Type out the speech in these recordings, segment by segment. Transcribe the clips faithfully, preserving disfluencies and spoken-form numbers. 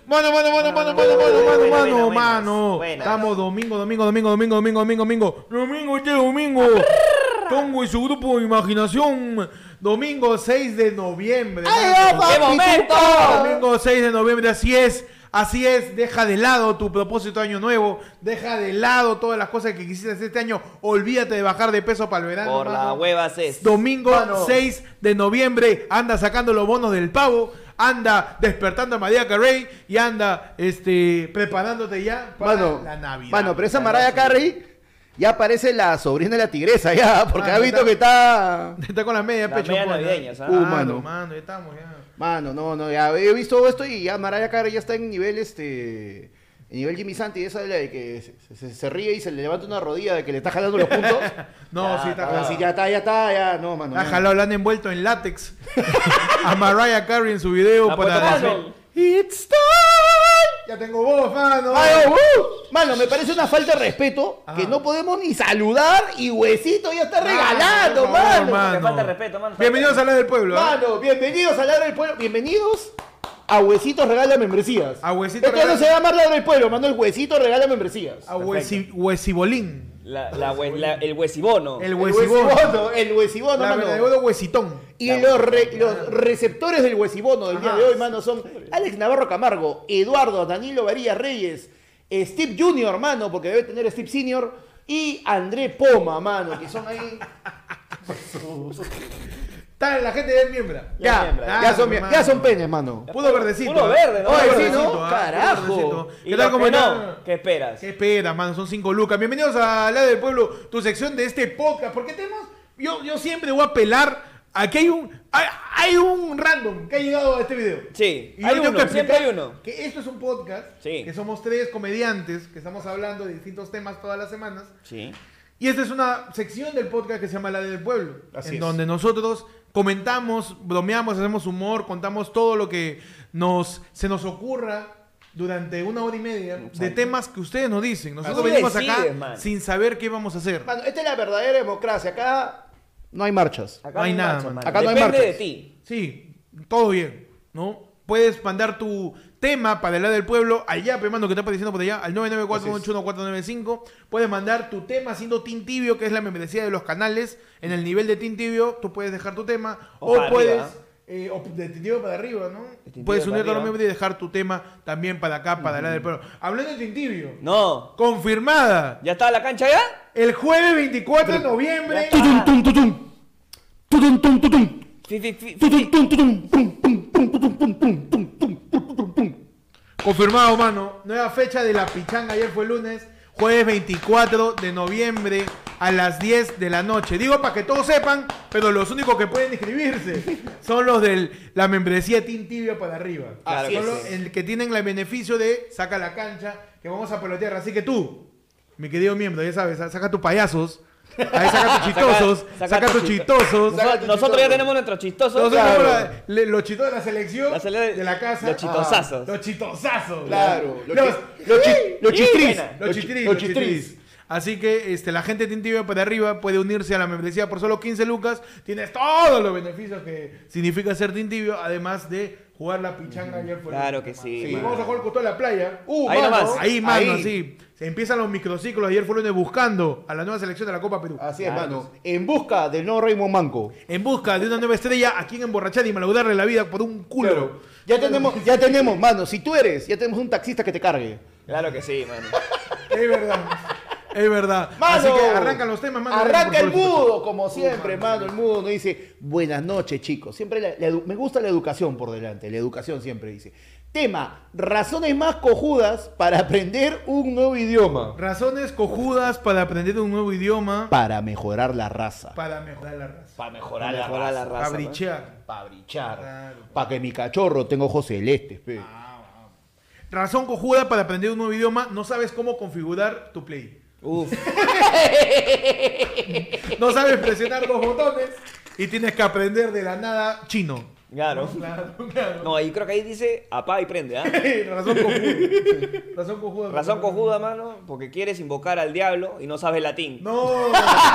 Mano, mano, mano, mano, mano, mano, mano, mano, mano. Estamos domingo, domingo, domingo, domingo, domingo, domingo, domingo. Domingo, este domingo. Tongo y su grupo de imaginación. Domingo seis de noviembre. ¡Ay, qué momento! Domingo seis de noviembre, así es. Así es, deja de lado tu propósito de año nuevo, deja de lado todas las cosas que quisiste hacer este año, olvídate de bajar de peso para el verano. Por mano. la hueva es. Domingo Mano. seis de noviembre, anda sacando los bonos del pavo, anda despertando a Mariah Carey y anda este, preparándote ya para Mano, la Navidad. Mano, pero esa Mariah Carey ya parece la sobrina de la tigresa ya, porque Ah, ha visto está- que está... Está con la media La pecho. media pues, navideña, ¿no? ¿sabes? Uh, Claro, mano. mano, ya estamos ya. Mano, no, no, ya he visto esto y ya Mariah Carey ya está en nivel, este... En nivel Jimmy Santi, esa de la de que se, se- se ríe y se le levanta una rodilla de que le está jalando los puntos. No, Ya, sí, está Ah, jalado. sí, ya está, ya está, ya, no, mano. Ha no. jalado, la han envuelto en látex a Mariah Carey en su video Ha para puesto decir, papel. It's time. Ya tengo voz, mano. Mano, uh, mano, me parece una falta de respeto Ajá. que no podemos ni saludar y Huesito ya está regalando, por favor, mano. mano. Te falta respeto, mano. Bienvenidos a la del pueblo. ¿eh? Mano, bienvenidos a Ladra del Pueblo. Bienvenidos a Huesitos Regala Membresías. A Huesito Esto Regala- no se llama Ladra del Pueblo, mano. El Huesito Regala Membresías. A huesi, huesibolín. La, la, hue- la- el huesibono. El El huesibono. Huesibono, el Huesibono, La mano. verdadero huesitón. Y los, re- los receptores del Huesibono del día Ajá. de hoy, mano, son Alex Navarro Camargo, Eduardo Danilo Varía Reyes, Steve Junior, mano, porque debe tener Steve Senior, y André Poma, mano, que son ahí. Está la gente ya es miembro. Ya, miembra. ya, Ah, son, hermano. ya son penes, mano. Puro verdecito. Puro ¿ah? verde, ¿no? Puro Oye, sí, verdecito, ¿no? ¿ah? Carajo. Puro verdecito. Y ¿Qué los tal, cómo que no, están? ¿qué esperas? ¿Qué espera, mano? Son cinco lucas. Bienvenidos a La del Pueblo, tu sección de este podcast. Porque tenemos. Yo, yo siempre voy a apelar. Aquí hay un. Hay, hay un random que ha llegado a este video. Sí, Y yo hay tengo uno, que explicar siempre hay uno. Que esto es un podcast. Sí. Que somos tres comediantes que estamos hablando de distintos temas todas las semanas. Sí. Y esta es una sección del podcast que se llama La del Pueblo, Así en es. donde nosotros comentamos, bromeamos, hacemos humor, contamos todo lo que nos, se nos ocurra durante una hora y media de temas que ustedes nos dicen. Nosotros Tú venimos decides, acá man. sin saber qué vamos a hacer. Mano, esta es la verdadera democracia. Acá no hay marchas. Acá No hay nada, marcha, man. mano. Acá no hay Depende de marchas. ti. Sí, todo bien, ¿no? Puedes mandar tu tema para el lado del pueblo al yape, mando que está apareciendo por allá, al nueve nueve cuatro ocho uno cuatro nueve cinco. Puedes mandar tu tema haciendo Team Tibio, que es la membresía de los canales. En el nivel de Team Tibio, tú puedes dejar tu tema. O O, para puedes, arriba. eh, o de Team Tibio para arriba, ¿no? De Team Puedes Tibio unirte a para los arriba. miembros y dejar tu tema también para acá, para el lado del pueblo. Hablando de Team Tibio, No. confirmada. ¿Ya está la cancha ya? El jueves veinticuatro de noviembre. Ya está. Tutum, tum, tutum. Tutum, tum, tutum. Fi, fi, fi, fi. Tutum, tum, tutum. Pum, pum, pum, tutum, pum, pum, pum, pum, pum, pum, pum. Confirmado, mano. Nueva fecha de la pichanga. Ayer fue lunes. Jueves veinticuatro de noviembre a las diez de la noche. Digo para que todos sepan, pero los únicos que pueden inscribirse son los de la membresía Team Tibia para arriba. Claro son que los sí. el que tienen el beneficio de saca la cancha, que vamos a pelotear. Así que tú, mi querido miembro, ya sabes, saca tus payasos. Ahí saca tus chistosos. Saca- Saca, saca tus tu- chistosos. Nosotros, nosotros ya tenemos nuestros chistosos. Nosotros Claro. somos la- le- los chistosos de la selección, La sele- de la casa. los chistosazos. Ah, los chistosazos. Claro. Los, Los, chi- los, chi- los y- chistris. buena. los Los chi- chistris. los Los chistris. chistris. Así que este, la gente de Team Tibia para arriba puede unirse a la membresía por solo quince lucas. Tienes todos los beneficios que significa ser Team Tibio, además de jugar la pichanga ayer fue. Claro que sí, Sí, mano. vamos a jugar con toda la playa. Uh, Ahí mano. nomás. Ahí, mano, Ahí. sí. Se empiezan los microciclos. Ayer fue lunes buscando a la nueva selección de la Copa Perú. Así es, mano. En busca del nuevo Raymond Manco. En busca de una nueva estrella a quien emborrachar y malograrle la vida por un culo. Claro. Ya tenemos, ya tenemos, mano. Si tú eres, ya tenemos un taxista que te cargue. Claro que sí, mano. Es verdad. Es verdad. Mano, Así que arrancan los temas, mano. Arranca el Por favor. mudo, como siempre, mano. El mudo nos dice, buenas noches, chicos. Siempre la- la edu- me gusta la educación por delante. La educación siempre dice. Tema, razones más cojudas para aprender un nuevo idioma. Razones cojudas para aprender un nuevo idioma. Para mejorar la raza. Para mejorar la raza. Para mejorar, Para mejorar la Para raza. man. brichear. Para brichar. Claro. Para que mi cachorro tenga ojos celestes, pe. Razón cojuda para aprender un nuevo idioma. No sabes cómo configurar tu play. Uf. No sabes presionar los botones y tienes que aprender de la nada chino. Claro. Claro, claro. No, ahí creo que ahí dice apaga y prende, ¿ah? Razón cojuda. Razón cojuda. Razón cojuda, mano, porque quieres invocar al diablo y no sabes latín. No.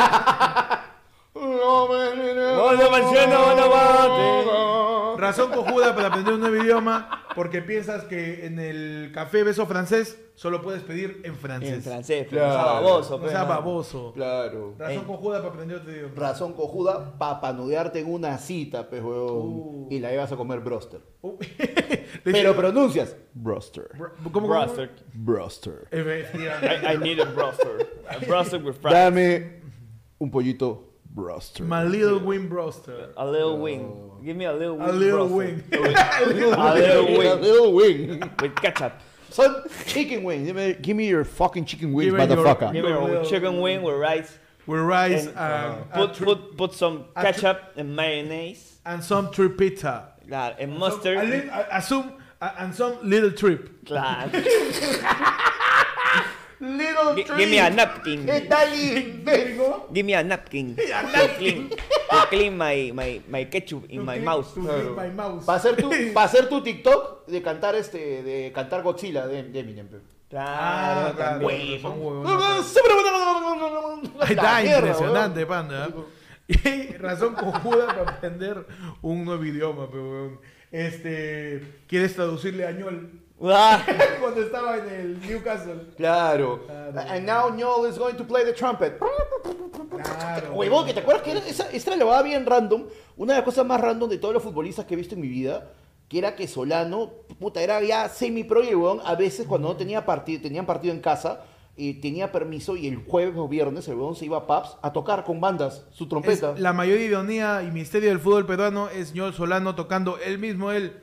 No me- No, no menciona, no mate. Razón cojuda para aprender un nuevo idioma. porque piensas que en el café beso francés solo puedes pedir en francés. En francés, pero Claro. no sea baboso. No pe, seas mano. baboso. Claro. Razón Eh. cojuda para aprender otro idioma. Razón cojuda para panudearte en una cita, pues, huevón. Uh. Y la llevas a comer broster. Uh, Pero pronuncias broster. Bro- ¿Cómo, cómo? Broster. Broster. Efectivamente. I, I need a broster. A broster with fries. Dame un pollito broster. My little wing broster. A little wing. Give me a little wing. A little broster. wing. A little wing. A little wing. With ketchup. Son chicken wings. Give me, give me your fucking chicken wings, Give me your- motherfucker. Give me a chicken wing with rice. With rice And, and, Put, and, tr- put, put some a tr- ketchup and mayonnaise. and some trip pizza. Claro, and A, mustard. li- a- assume, a- and some little trip. Claro. Little Gi- tree. give me a napkin. ¿Qué tal imbécil? Give me a napkin. To clean, to clean my, my, my ketchup in To my clean- mouth. to clean my mouse. Para hacer tu, pa hacer tu TikTok de cantar este, de cantar Godzilla de, de Eminem. pe. Ah, Claro, claro. también. Son huevones. Ahí La está, mierda, impresionante, weón. panda. ¿eh? Y razón cojuda para aprender un nuevo idioma, pero weón. Este, ¿quieres traducirle a Ñol? Ah, Cuando estaba en el Newcastle. Claro. Claro. And now Ñol is going to play the trumpet. Claro. Huevón, ¿que te acuerdas que era esa, esta la va bien random? Una de las cosas más random de todos los futbolistas que he visto en mi vida, que era que Solano, puta, era ya semi-pro y el huevón, a veces cuando no tenía partido, tenían partido en casa, eh, tenía permiso y el jueves o viernes el huevón se iba a pubs a tocar con bandas su Es trompeta. la mayor ironía y misterio del fútbol peruano es Ñol Solano tocando él mismo él.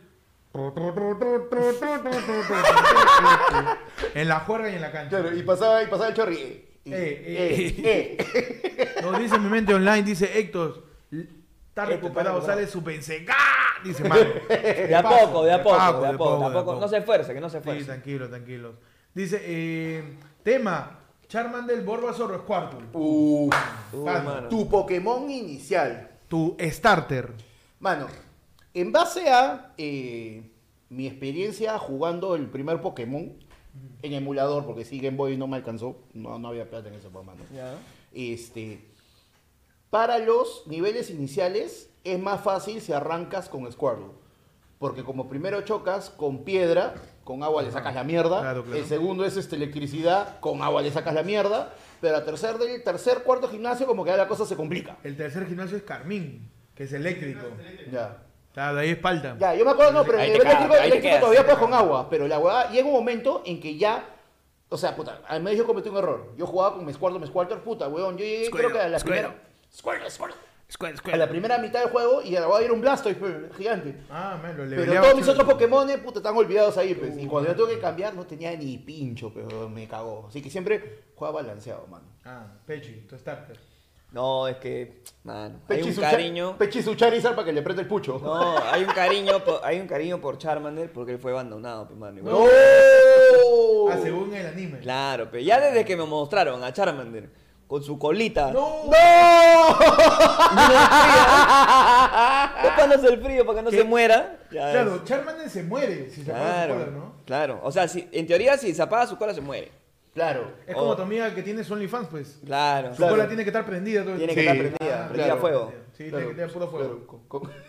En la juerga y en la cancha. Claro, y pasaba, y pasaba el chorri. Eh, Eh, eh, eh, eh. Nos dice mi mente online, dice Héctor, está recuperado, está sale su pensega. Dice mano. de a poco, de a poco, Paco, de a poco. de Tampoco, poco. no se esfuerce, que no se Sí, esfuerce. tranquilo, tranquilos. Dice, eh, tema, Charmander, Bulbasaur o Squirtle. Uh, Uh, Fan. mano. tu Pokémon inicial. Tu starter. Mano, en base a eh, mi experiencia jugando el primer Pokémon en emulador, porque sí, Game Boy no me alcanzó, no, no había plata en ese mano. Ya. Este, para los niveles iniciales es más fácil si arrancas con Squirtle, porque como primero chocas con piedra, con agua le sacas la mierda, Claro, claro. el segundo es este, electricidad, con agua le sacas la mierda, pero a tercer, del tercer, cuarto gimnasio como que ya la cosa se complica. El tercer gimnasio es Carmín, que es eléctrico. Ya. Claro, de ahí es Palta. Ya, yo me acuerdo, no, pero Ahí el te nivel cagas, eléctrico, ahí te eléctrico quedas. todavía puedes con agua, pero la huevada llega un momento en que ya, o sea, puta, al menos yo cometí un error. Yo jugaba con mi Squirtle, mi Squirtle, puta, huevón, yo llegué creo que a la Squirtle. primera... Squirtle, Squirtle. Square, A la primera mitad del juego y a la huevada era un Blastoise, pues, gigante. Ah, man, lo Pero leveleaba todos mis chévere. otros Pokémon, puta, están olvidados ahí, pues. Y Uh, cuando yo mano. tuve que cambiar, no tenía ni pincho, pero me cagó. Así que siempre jugaba balanceado, mano. Ah, Pechi, tu starter. No, es que, mano, hay Pechi un su Cha- cariño. Pechi su Charizard para que le preste el pucho. No, hay un cariño, por, hay un cariño por Charmander porque él fue abandonado, pe, mano. ¡No! Ah, según el anime. Claro, pero ya desde que me mostraron a Charmander con su colita, ¡No! tapándose el frío para que no ¿Qué? se muera. Ya Claro, es- Charmander se muere si se apaga su claro, cola, ¿no? claro. O sea, si, en teoría si se apaga su cola se muere. Claro. Es como Oh. tu amiga que tiene su OnlyFans, pues. Claro. Su Claro. cola tiene que estar prendida todo el Tiene que Sí. estar prendida, Ah, prendida claro. a fuego. Sí, tiene que tener puro fuego. Claro, con- con-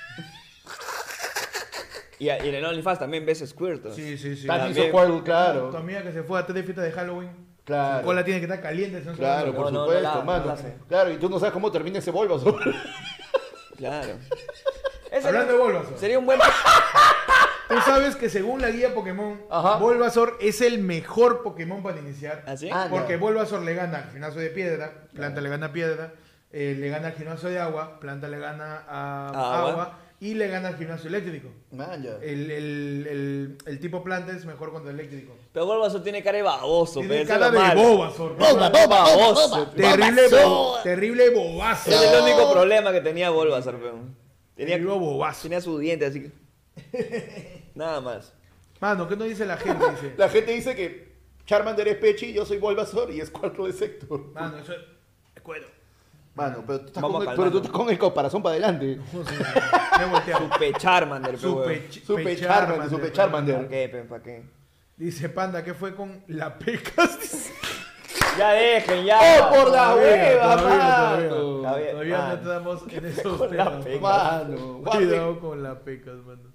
Y, a- y en el OnlyFans también ves Squirtle. Sí, sí, sí. También También. hizo Squirtle, claro. Tu amiga que se fue a tres fiestas de Halloween. Claro. Su cola tiene que estar caliente. si no se va a Claro, morir. por No, no, supuesto, no la- no mano. la hace. Claro, y tú no sabes cómo termina ese Bulbasaur. Claro. Ese Hablando de Bulbasaur. sería un buen... Tú sabes que según la guía Pokémon, Ajá. Bulbasaur es el mejor Pokémon para iniciar. ¿Así? Ah, Porque ya. Bulbasaur le gana al gimnasio de piedra, planta le gana a piedra, eh, le gana al gimnasio de agua, planta le gana a A agua, agua. y le gana al gimnasio eléctrico. Man, ya. El, el, el, el tipo planta es mejor contra el eléctrico. Pero Bulbasaur tiene cara de baboso. Tiene pe, eso es cara lo de malo. Bulbasaur. Boba, ¿no? boba, Baboso. boba, Terrible, bo- Bulbasaur. terrible bobazo. Ese es el único problema que tenía Bulbasaur. pe. Tenía, Terrible bobazo. tenía su diente, así que... Nada más. Mano, ¿qué nos dice la gente? Dice, La gente dice que Charmander es Pechi, yo soy Bulbasaur y Squirtle es Héctor. mano, eso es cuero. Mano, pero tú estás, Vamos con a el, pero tú calmarnos. estás con el caparazón para adelante. Me he volteado. Supe Charmander, pe, Supe, huevón. ch- Supe pe- Charmander, supe ¿Para Charmander. qué, pe? ¿Para qué? Dice Panda, ¿qué fue con la pecas? Dice. Ya dejen, ya. ¡Oh, por la Todavía, hueva, todavía, mano! Todavía, Todavía, no mano. estamos en esos Con la temas. peca. Mano, guarde. Cuidado con la pecas, mano.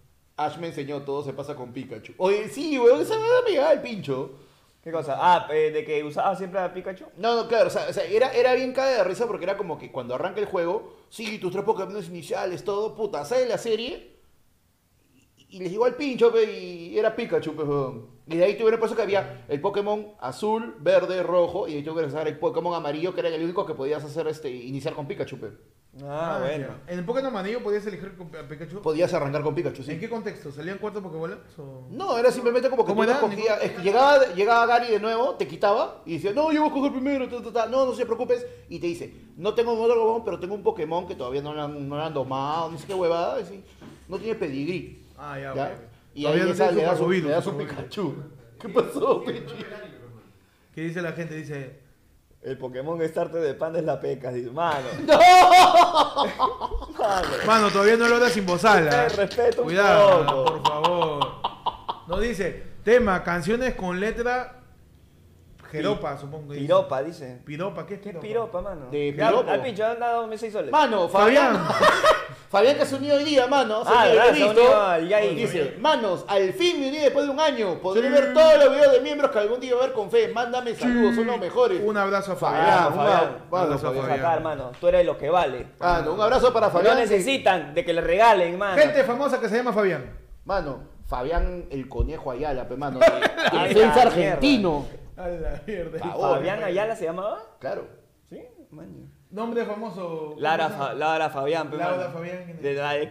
Ash me enseñó, todo se pasa con Pikachu. Oye, sí, weón, esa verdad me llegaba el pincho. ¿Qué cosa? Ah, eh, de que usaba siempre a Pikachu. No, no, claro, o sea, o sea, era, era bien caga de risa porque era como que cuando arranca el juego, sí, tus tres Pokémon iniciales, todo, puta, sale la serie y, y les llegó al pincho, pe, y era Pikachu, pe, weón. Y de ahí tuvieron por eso que había el Pokémon azul, verde, rojo, y ahí tuvo que sacar el Pokémon amarillo, que era el único que podías hacer este, iniciar con Pikachu, pe. Ah, bueno. ya. En el Pokémon amarillo podías elegir con- a Pikachu. Podías arrancar con Pikachu, sí. ¿En qué contexto? ¿Salían cuatro Pokébolas? O... No, era simplemente como que ¿Cómo tú era, escogías- Nico? es que llegaba, llegaba Gary de nuevo, te quitaba y decía, no, yo voy a coger primero, ta, ta, ta. No, no se preocupes. Y te dice, no tengo un otro Pokémon, pero tengo un Pokémon que todavía no lo han, no lo han domado, no sé qué huevada, así. No tiene pedigrí. Ah, ya, ¿Ya? ok. Y Todavía ahí no esa, tiene le das Super un, Movido, le das un Super Movido. Pikachu. ¿Qué pasó, Pechi? ¿Qué dice la gente? Dice... El Pokémon starter de Panda es la peca, dice, mano. Mano. Mano, todavía no lo das sin bozal, ¿ah? Eh, respeto un Cuidado, poco. por favor. No dice, tema, canciones con letra jeropa, supongo que dice. Piropa, dice. Piropa, ¿qué es ¿Qué es piropa? piropa, mano? De Ya, piropo. al pincho, han dado seis soles. Mano, Fabián. Fabián. Fabián que se unió hoy día, mano. Ah, se unió, ¿verdad? lo he Se visto. unió al Yai. Dice, manos, al fin me uní después de un año. Podré Sí. ver todos los videos de miembros que algún día voy a ver con fe. Mándame saludos, son los mejores. Un abrazo a Fabián, Fabián. Fabián, un Fabián. mano, Abrazo a Fabián. Fabián. Sacar, mano. Tú eres lo que vale. Mano, un abrazo para No Fabián. que- necesitan de que le regalen, mano. Gente famosa que se llama Fabián. Mano, Fabián el Conejo Ayala, pe, mano. de- de la defensa mierda. argentino. A la mierda. Fa- favor. ¿Fabián Ayala se llamaba? Claro. Sí, man. Nombre famoso. Lara, ¿cómo se Fa- llama? Laura Fabián, pe, Laura mano. Fabián, ¿quién es? De la de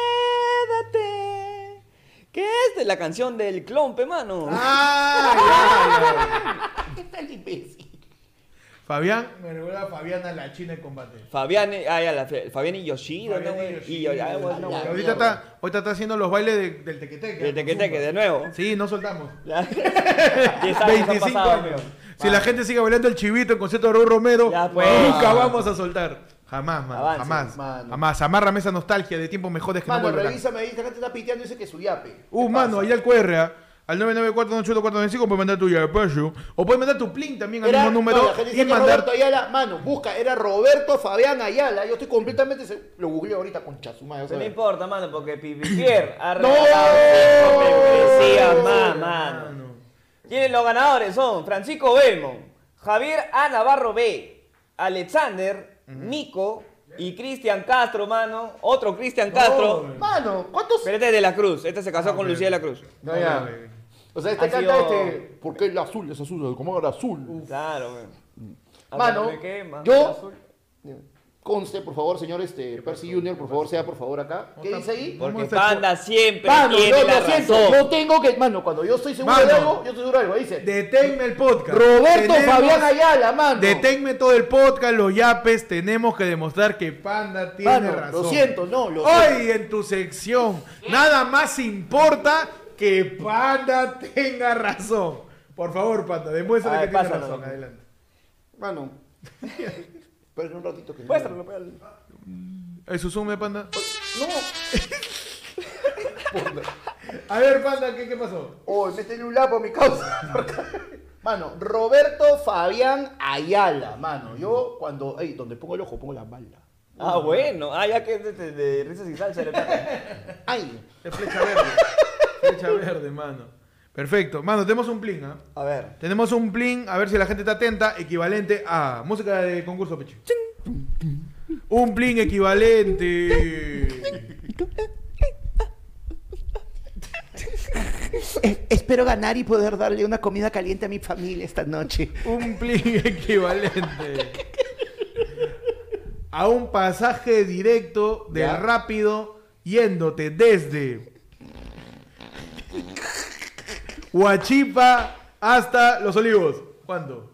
Quédate. ¿Qué es de la canción del clon, pe, mano? Ah, ya, ya. ¿Qué tal imbécil? Fabián, me recuerda a Fabiana la China de combate. Fabián, eh, ah, ya, la, Fabián y Yoshida, Fabián ¿no, y güey? Yoshida. Y yo, ah, bueno, La Que güey. ahorita está, ahorita está haciendo los bailes de- del tequeteque. De tequeteque, de nuevo. Sí, no soltamos. Ya. diez años han veinticinco pasado, años. amigo. Si la gente sigue bailando el chivito en concierto de Raúl Romero, Ya, pues. nunca vamos a soltar. Jamás, man. Avance, jamás. mano. Jamás. Amárrame esa nostalgia de tiempos mejores que no Mano, volverán. revísame ahí, esta gente está piteando y dice que su yape. Uh, ¿Qué mano, pasa? allá al Q R, ¿ah? Al nueve nueve cuatro ocho cuatro nueve cinco puedes mandar tu yapayo. O puedes mandar tu plin también al Era, mismo número. no, la gente y dice que mandar. Roberto Ayala, mano, busca, era Roberto Fabián Ayala. Yo estoy completamente, se- lo googleo ahorita con chasuma. Pero no importa, mano, porque Pipipier ha ¡No! regalado cinco membresías No, más, mano. Tienen los ganadores son Francisco Belmont, Javier A. Navarro B, Alexander, Nico y Cristian Castro, mano. Otro Cristian Castro. No, Mano, ¿cuántos? Pero este es de la Cruz. Este se casó Ah, con ok. Lucía de la Cruz. No, ya. O sea, este Ha canta sido- este. ¿Por qué el azul es azul? ¿Cómo era azul? Claro, güey. Mano, ¿De qué, man? yo- Azul. Conste, por favor, señor este, Percy Junior, por favor, sea por favor acá. ¿Qué dice ahí? Porque Vamos a Panda siempre Mano, tiene yo la lo siento, razón. yo tengo que. Mano, cuando yo estoy seguro de Mano. algo, yo estoy seguro de algo. Dice Deténme el podcast. Roberto Tenemos- Fabián Ayala, mano. Deténme todo el podcast, los yapes. Tenemos que demostrar que Panda tiene Mano, razón. lo siento, no, lo siento. Hoy en tu sección, nada más importa que Panda tenga razón. Por favor, Panda, demuestra A que ver, tiene pásalo, razón. loco. Adelante. Mano. Espera un ratito que. Muéstralo, pues. ¿Eso sume, Panda? No. A ver, Panda, ¿qué, qué pasó? Oh, métele un lapo a mi causa. Mano, Roberto Fabián Ayala, mano. Yo cuando, ey, donde pongo el ojo, pongo la bala. Ah, bueno. Ah, ya que es de, de, de risas y salsa. le toca. Ay, Es flecha verde. Flecha verde, mano. Perfecto. Mano, tenemos un plin, ¿ah? A ver. Tenemos un plin, a ver si la gente está atenta, equivalente a música de concurso, Peche. Un plin equivalente. Eh, espero ganar y poder darle una comida caliente a mi familia esta noche. Un plin equivalente a un pasaje directo del Ya. rápido yéndote desde Huachipa hasta Los Olivos. ¿Cuánto?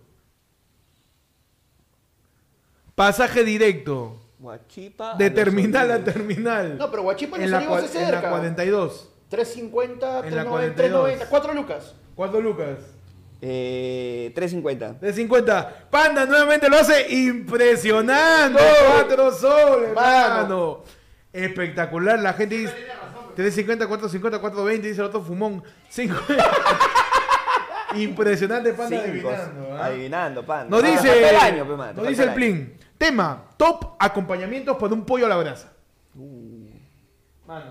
Pasaje directo Guachipa. de a los terminal a olivos. terminal. No, pero Huachipa en en los la, Olivos cua- es en la cerca. cuarenta y dos. tres cincuenta, En la tres noventa, cuarenta y tres dos. noventa, cuatro lucas. ¿Cuánto, Lucas? Eh, tres cincuenta. De cincuenta. Panda nuevamente lo hace impresionante. Cuatro soles, Mano. mano. Espectacular. La gente dice tres cincuenta, cuatro cincuenta, cuatro veinte. Dice el otro fumón. cincuenta. Impresionante, Panda, Cinco, adivinando. ¿ah? Adivinando, Panda. Nos Ah, dice, te falta el año, pe, man, te nos falta dice el año. plin. Tema: top acompañamientos para un pollo a la brasa. Mano.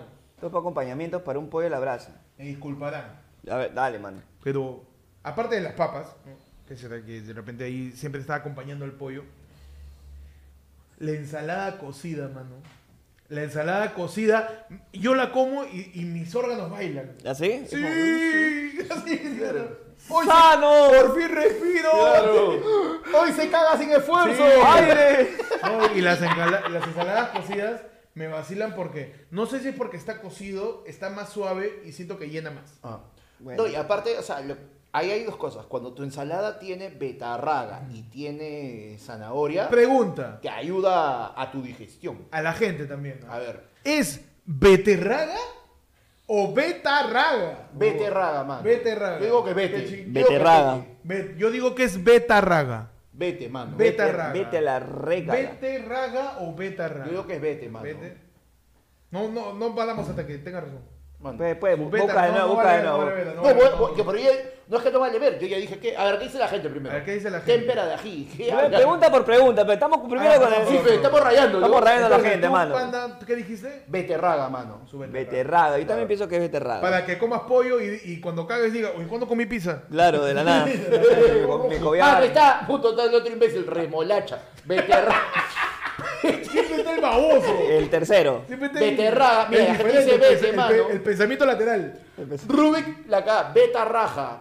Top acompañamientos para un pollo a la brasa. Me disculparán. A ver, dale, mano. Pero, aparte de las papas, ¿no? que, será que de repente ahí siempre está acompañando el pollo, la ensalada cocida, mano. La ensalada cocida, yo la como y, y mis órganos bailan. ¿Así? Sí, así, claro. Hoy ¡Sano! se- por fin respiro. Claro. Hoy se caga sin esfuerzo. Sí. ¡Aire! No, y las, engala- las ensaladas cocidas me vacilan porque, no sé si es porque está cocido, está más suave y siento que llena más. Ah. Bueno. No, y aparte, o sea, lo- ahí hay dos cosas. Cuando tu ensalada tiene betarraga y tiene zanahoria, Pregunta te ayuda a tu digestión. a la gente también, ¿no? A ver, ¿Es beterraga o betarraga? beterraga, mano. Beterraga. Yo digo que vete. Qué ching- Yo digo que Beterraga. vete. Be- yo digo que es betarraga. Vete, mano. Vete. Vete, Betarraga. vete a la reca. ¿Beterraga o betarraga? Yo digo que es vete, mano. Vete. No, no, no paramos hasta que tenga razón. Mano. Pues, pues, Beta- busca de no, nuevo, no busca vale, de no nuevo. vale ver, no No, vale, bueno, no, bueno, yo, pero yo- no es que no vale ver, yo ya dije que. A ver, ¿qué dice la gente primero? A ver, ¿qué dice la gente? Témpera de ají. ¿Qué Pre- habla? Pregunta por pregunta, pero estamos primero Ah, con no, el... no, Sí, pero estamos rayando. Estamos ¿no? rayando a la Entonces, gente, ¿tú, mano. panda, ¿qué dijiste? Beterraga, mano. Su beterraga. Beterraga. Yo también pienso que es beterraga. Para que comas pollo y, y cuando cagues diga, oye, ¿cuándo comí pizza? Claro, de la nada. Mi co- mi Ah, cobiar. ahí está. Puto, está el otro imbécil. Remolacha. Beterraga. Siempre está el baboso. El tercero. Siempre está Beterraga. Mira, el la gente diferente, dice el, vete, el- mano. el pensamiento lateral. Rubik, la acá. Beta raja.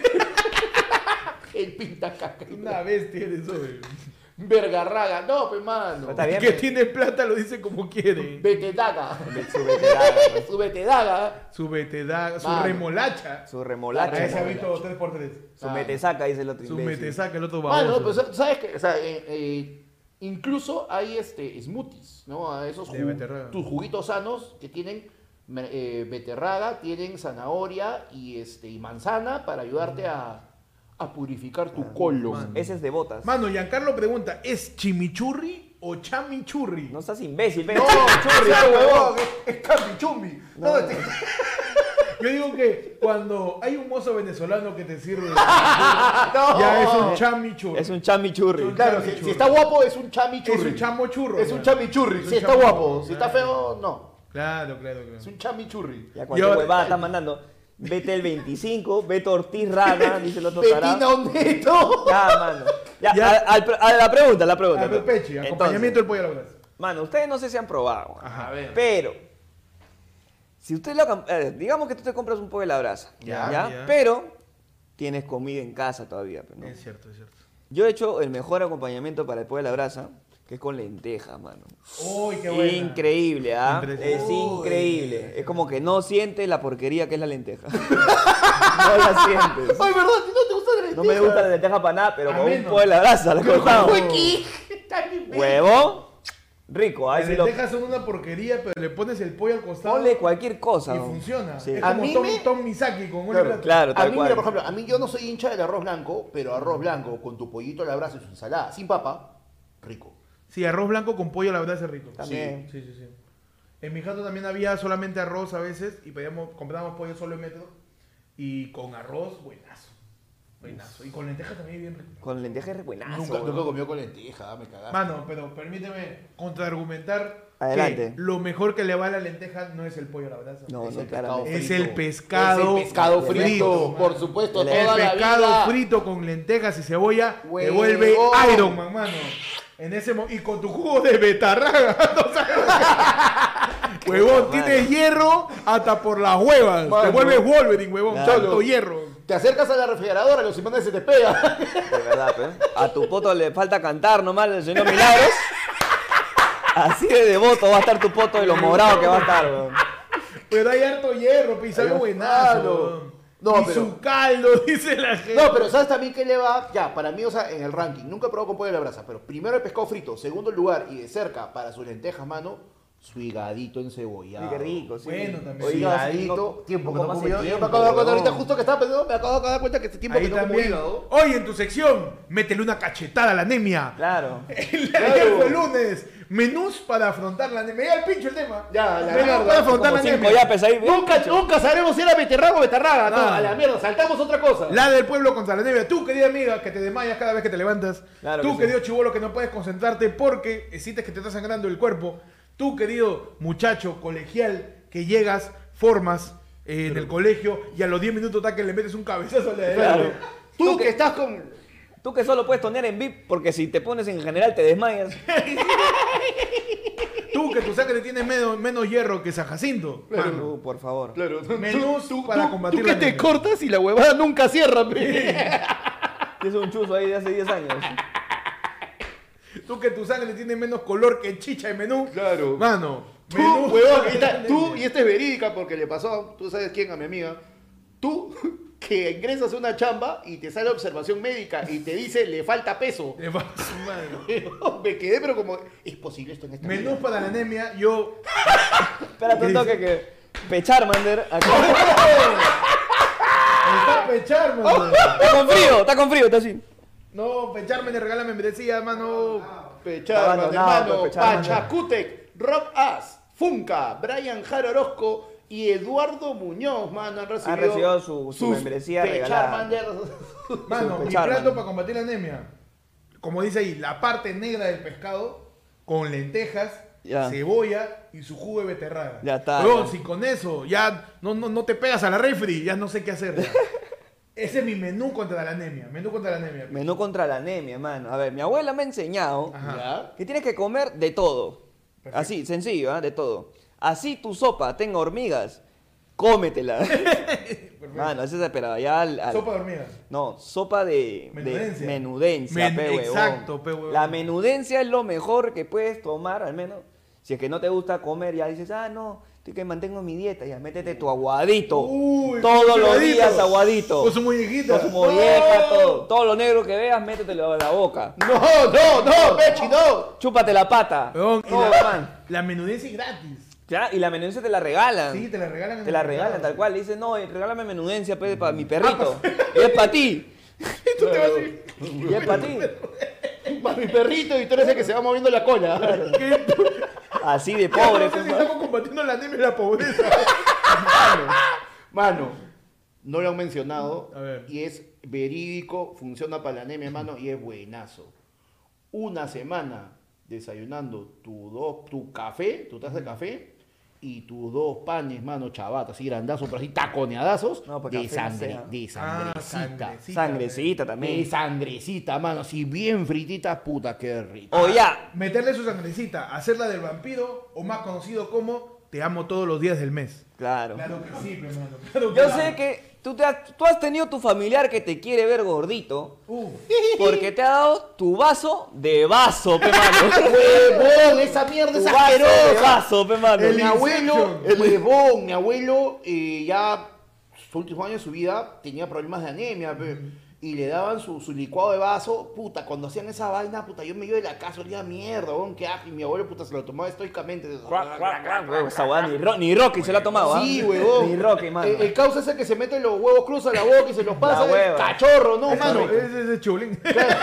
El pinta caca. Una bestia eres, oye. Vergarraga. No, pues, mano. Está bien. Que pero- tiene plata lo dice como quiere. Betedaga. Su beterraga. Su betedaga. Su betedaga, su Mano. remolacha. Su A remolacha. ese ha visto tres por tres. Su metesaca, dice el otro Su imbécil. metesaca, el otro baboso. Mano, pues, ¿sabes qué? O sea, eh, eh, incluso hay este, smoothies, ¿no? A esos De ju- beterraga. tus juguitos sanos que tienen eh, beterraga, tienen zanahoria y, este, y manzana para ayudarte a, a purificar tu colon. mano. Ese es de botas. Mano, Giancarlo pregunta, ¿es chimichurri o chamichurri? No seas imbécil, ven. No, churri, o sea, pe, huevón. huevón, es, es cambichumbi. No, No. este- Yo digo que cuando hay un mozo venezolano que te sirve, No. ya es un chamichurri. Es un chamichurri. Claro, si, si está guapo es un chamichurri. Es un chamo-churro, Es ya. un chamichurri. Es un Si está chamo- guapo, si está Claro. feo, no. Claro, claro, claro. Es un chamichurri. Ya cualquier Yo- huevada está mandando. Vete el veinticinco, Beto Ortiz Raga, dice el otro Betina tarado. Oneto. Ya, mano. Ya, Ya. A, al- a la pregunta, la pregunta. A ver, Pechi, Entonces, acompañamiento del pollo a la brasa. Mano, ustedes no sé si han probado. Ajá. A ver. Pero, si usted lo... cam- eh, digamos que tú te compras un pollo de la brasa. Ya, Ya, ya. Pero, tienes comida en casa todavía. Pues, ¿no? Es cierto, es cierto. Yo he hecho el mejor acompañamiento para el pollo de la brasa, que es con lentejas, mano. Uy, qué bueno. Increíble, ¿ah? Impresionante. Es Uy. increíble. Es como que no sientes la porquería que es la lenteja. No la sientes. Ay, ¿verdad? ¿A ti no te gusta la No me gusta la lenteja para nada, pero A con mí un no. pollo de la brasa la cortamos. Huequi. Está bien bello. Huevo, rico. Ahí Las sí lo... lentejas son una porquería, pero le pones el pollo al costado Ponle cualquier cosa. y ¿no? funciona. Sí. Es A como mí Tom, me- Tom Misaki con una Claro, plata. Claro, A tal mí, cual. mira, por ejemplo, a mí yo no soy hincha del arroz blanco, pero arroz blanco con tu pollito a la brasa y su ensalada, sin papa, rico. Sí, arroz blanco con pollo, la verdad es rico. También. Sí, sí, sí. En mi jato también había solamente arroz a veces y pedíamos, comprábamos pollo solo en metro. Y con arroz, buenazo. Buenazo. Y con lentejas también bien rico. Con lentejas es buenazo. Nunca, weón. nunca comió con lenteja, me cagaste. Mano, pero permíteme contraargumentar Adelante. que lo mejor que le va a la lenteja no es el pollo a la brasa. No, Es no, el claramente. Es frito. el pescado Es el pescado frito, frito, mano. por supuesto, El El toda la pescado vida. frito con lentejas y cebolla te Huevón. vuelve Iron Man, mano. En ese mo- y con tu jugo de betarraga. ¿No sabes lo que- Huevón, Puta tienes madre. hierro hasta por las huevas. Te Mano. vuelves Wolverine, huevón. Claro. Tanto hierro. Te acercas a la refrigeradora y los imanes se te pega. De verdad, pues. A tu poto le falta cantar nomás el Señor Milagros. Así de devoto va a estar tu poto de lo morado que va a estar, weón. Pero hay harto hierro, pe, y sabe Ay, buenazo. claro. huevón. No, y pero- su caldo, dice la gente. No, pero ¿sabes también qué le va? Ya, para mí, o sea, en el ranking, nunca he probado con pollo a la brasa, pero primero el pescado frito, segundo lugar y de cerca para sus lentejas, mano, su higadito encebollado. Qué rico, sí. Bueno, también. Su Oiga, higadito, no- tiempo que no no como como yo. hace Yo me tiempo, acabo de dar cuenta ahorita weón. justo que estaba pensando, me acabo de dar cuenta que este tiempo Ahí que no como también. hígado. Hoy en tu sección, métele una cachetada a la anemia. Claro. El Claro. ayer fue lunes. Menús para afrontar la anemia. Me llega el pincho el tema. Ya, la Menús mierda. para afrontar Como la cinco anemia. yapes ahí. Nunca, nunca sabremos si era beterraga o betarraga. No, Nada. a la mierda, saltamos otra cosa. La del pueblo contra la anemia. Tú, querida amiga, que te desmayas cada vez que te levantas. Claro Tú, que sí. querido chibolo, que no puedes concentrarte porque sientes que te está sangrando el cuerpo. Tú, querido muchacho colegial, que llegas, formas eh, en el colegio y a los diez minutos ta, que le metes un cabezazo a la de adelante. Claro. Tú que estás con... Tú que solo puedes tonear en V I P porque si te pones en general te desmayas. Tú que tu sangre tiene menos, menos hierro que San Jacinto. Claro. Mano, Uh, por favor. Claro, tú, Menús tú- para tú- combatir tú que la te anemia. cortas y la huevada nunca cierra, pe. Es un chuzo ahí de hace diez años. tú que tu sangre tiene menos color que chicha de menú. Claro. Mano. Tú, menú huevón, para ahí está, la tú, anemia. y esta es verídica porque le pasó, tú sabes quién, a mi amiga. Tú que ingresas a una chamba y te sale observación médica y te dice le falta peso. Le va a su madre. Me quedé, pero como, ¿es posible esto en esta Menús vida? para la anemia, yo. Espérate un toque que... Pecharmander acá. Está pecharme, mano. Está con frío, está con frío, está así. No, pecharme le regala membresía, mano. Pecharman, Abandonado, hermano, pues, Pecharman. Pachacutec, Rob As, Funka, Brian Jaro Orozco y Eduardo Muñoz, mano, han recibido, recibido su- su sus membresía regalada. Pecharmander- Mano, mi Pecharman. plato para combatir la anemia. Como dice ahí, la parte negra del pescado con lentejas, Ya. cebolla y su jugo de beterraga. Ya está, Huevón, ya. si con eso ya no, no, no te pegas a la refri, ya no sé qué hacer. ya. Ese es mi menú contra la anemia. Menú contra la anemia. Menú contra la anemia, mano. A ver, mi abuela me ha enseñado Ajá. ¿Ya? que tienes que comer de todo. Perfecto. Así, sencillo, ¿ah? De todo. Así tu sopa tenga hormigas, cómetela. Mano, esa es esperada. Ya al, al- Sopa de hormigas. No, sopa de de Menudencia. menudencia, Men- pe, huevón. exacto, pe, huevón. La menudencia es lo mejor que puedes tomar, al menos. Si es que no te gusta comer, ya dices, ah, no, estoy que mantengo mi dieta, ya métete tu aguadito. Uy, Todos con los aguadito. días aguadito. Con su muñequita. Con su molleja, ¡No! todo. Todo lo negro que veas, métetelo a la boca. No, no, no, Pechi, no. Chúpate la pata. Huevón, y Todo, la, man. la menudencia es gratis. Claro, y la menudencia te la regalan. Sí, te la regalan. en Te el la mercado. regalan tal cual. Le dicen, no, regálame menudencia pues, para mi perrito. Y es para ti. Tú te vas a- Y es para ti. Para mi perrito y tú eres el que se va moviendo la cola. ¿Qué? Así de pobre. No sé pues, si man. estamos combatiendo la anemia y la pobreza. Mano, no lo han mencionado A ver. y es verídico, funciona para la anemia, mano, y es buenazo. Una semana desayunando tu, do- tu café, tu taza de café y tus dos panes, mano, chavatas, así grandazos, pero así taconeadazos, No, porque de, café no sangre, sea. de Ah, sangrecita. sangrecita. Sangrecita de también. sangrecita, mano, así bien fritita, puta, qué rico. O ya. Meterle su sangrecita, hacerla del vampiro, o más conocido como Te amo todos los días del mes. Claro. Claro que sí, mi hermano. Claro que Yo sí. sé que tú, te has, tú has tenido tu familiar que te quiere ver gordito Uh, porque te ha dado tu vaso de vaso, pe mano. ¡Huevón! Esa mierda Tu es vaso de asquerosa. vaso, pe mano. El Mi abuelo, Inception. el huevón, mi abuelo eh, ya sus últimos años de su vida tenía problemas de anemia pe, y le daban su, su licuado de vaso, puta, cuando hacían esa vaina, puta, yo me iba de la casa, olía a mierda, huevón, qué asco, y mi abuelo, puta, se lo tomaba estoicamente. Crack, crack, crack, huevo, esa hueá ni, Ro- ni Rocky se la ha tomado, ¿ah? Sí, huevón. Ni Rocky, mano. El, el causa es el que se mete los huevos cruz a la boca y se los pasa, La hueva. cachorro, ¿no, ese- mano? ese es el chulín.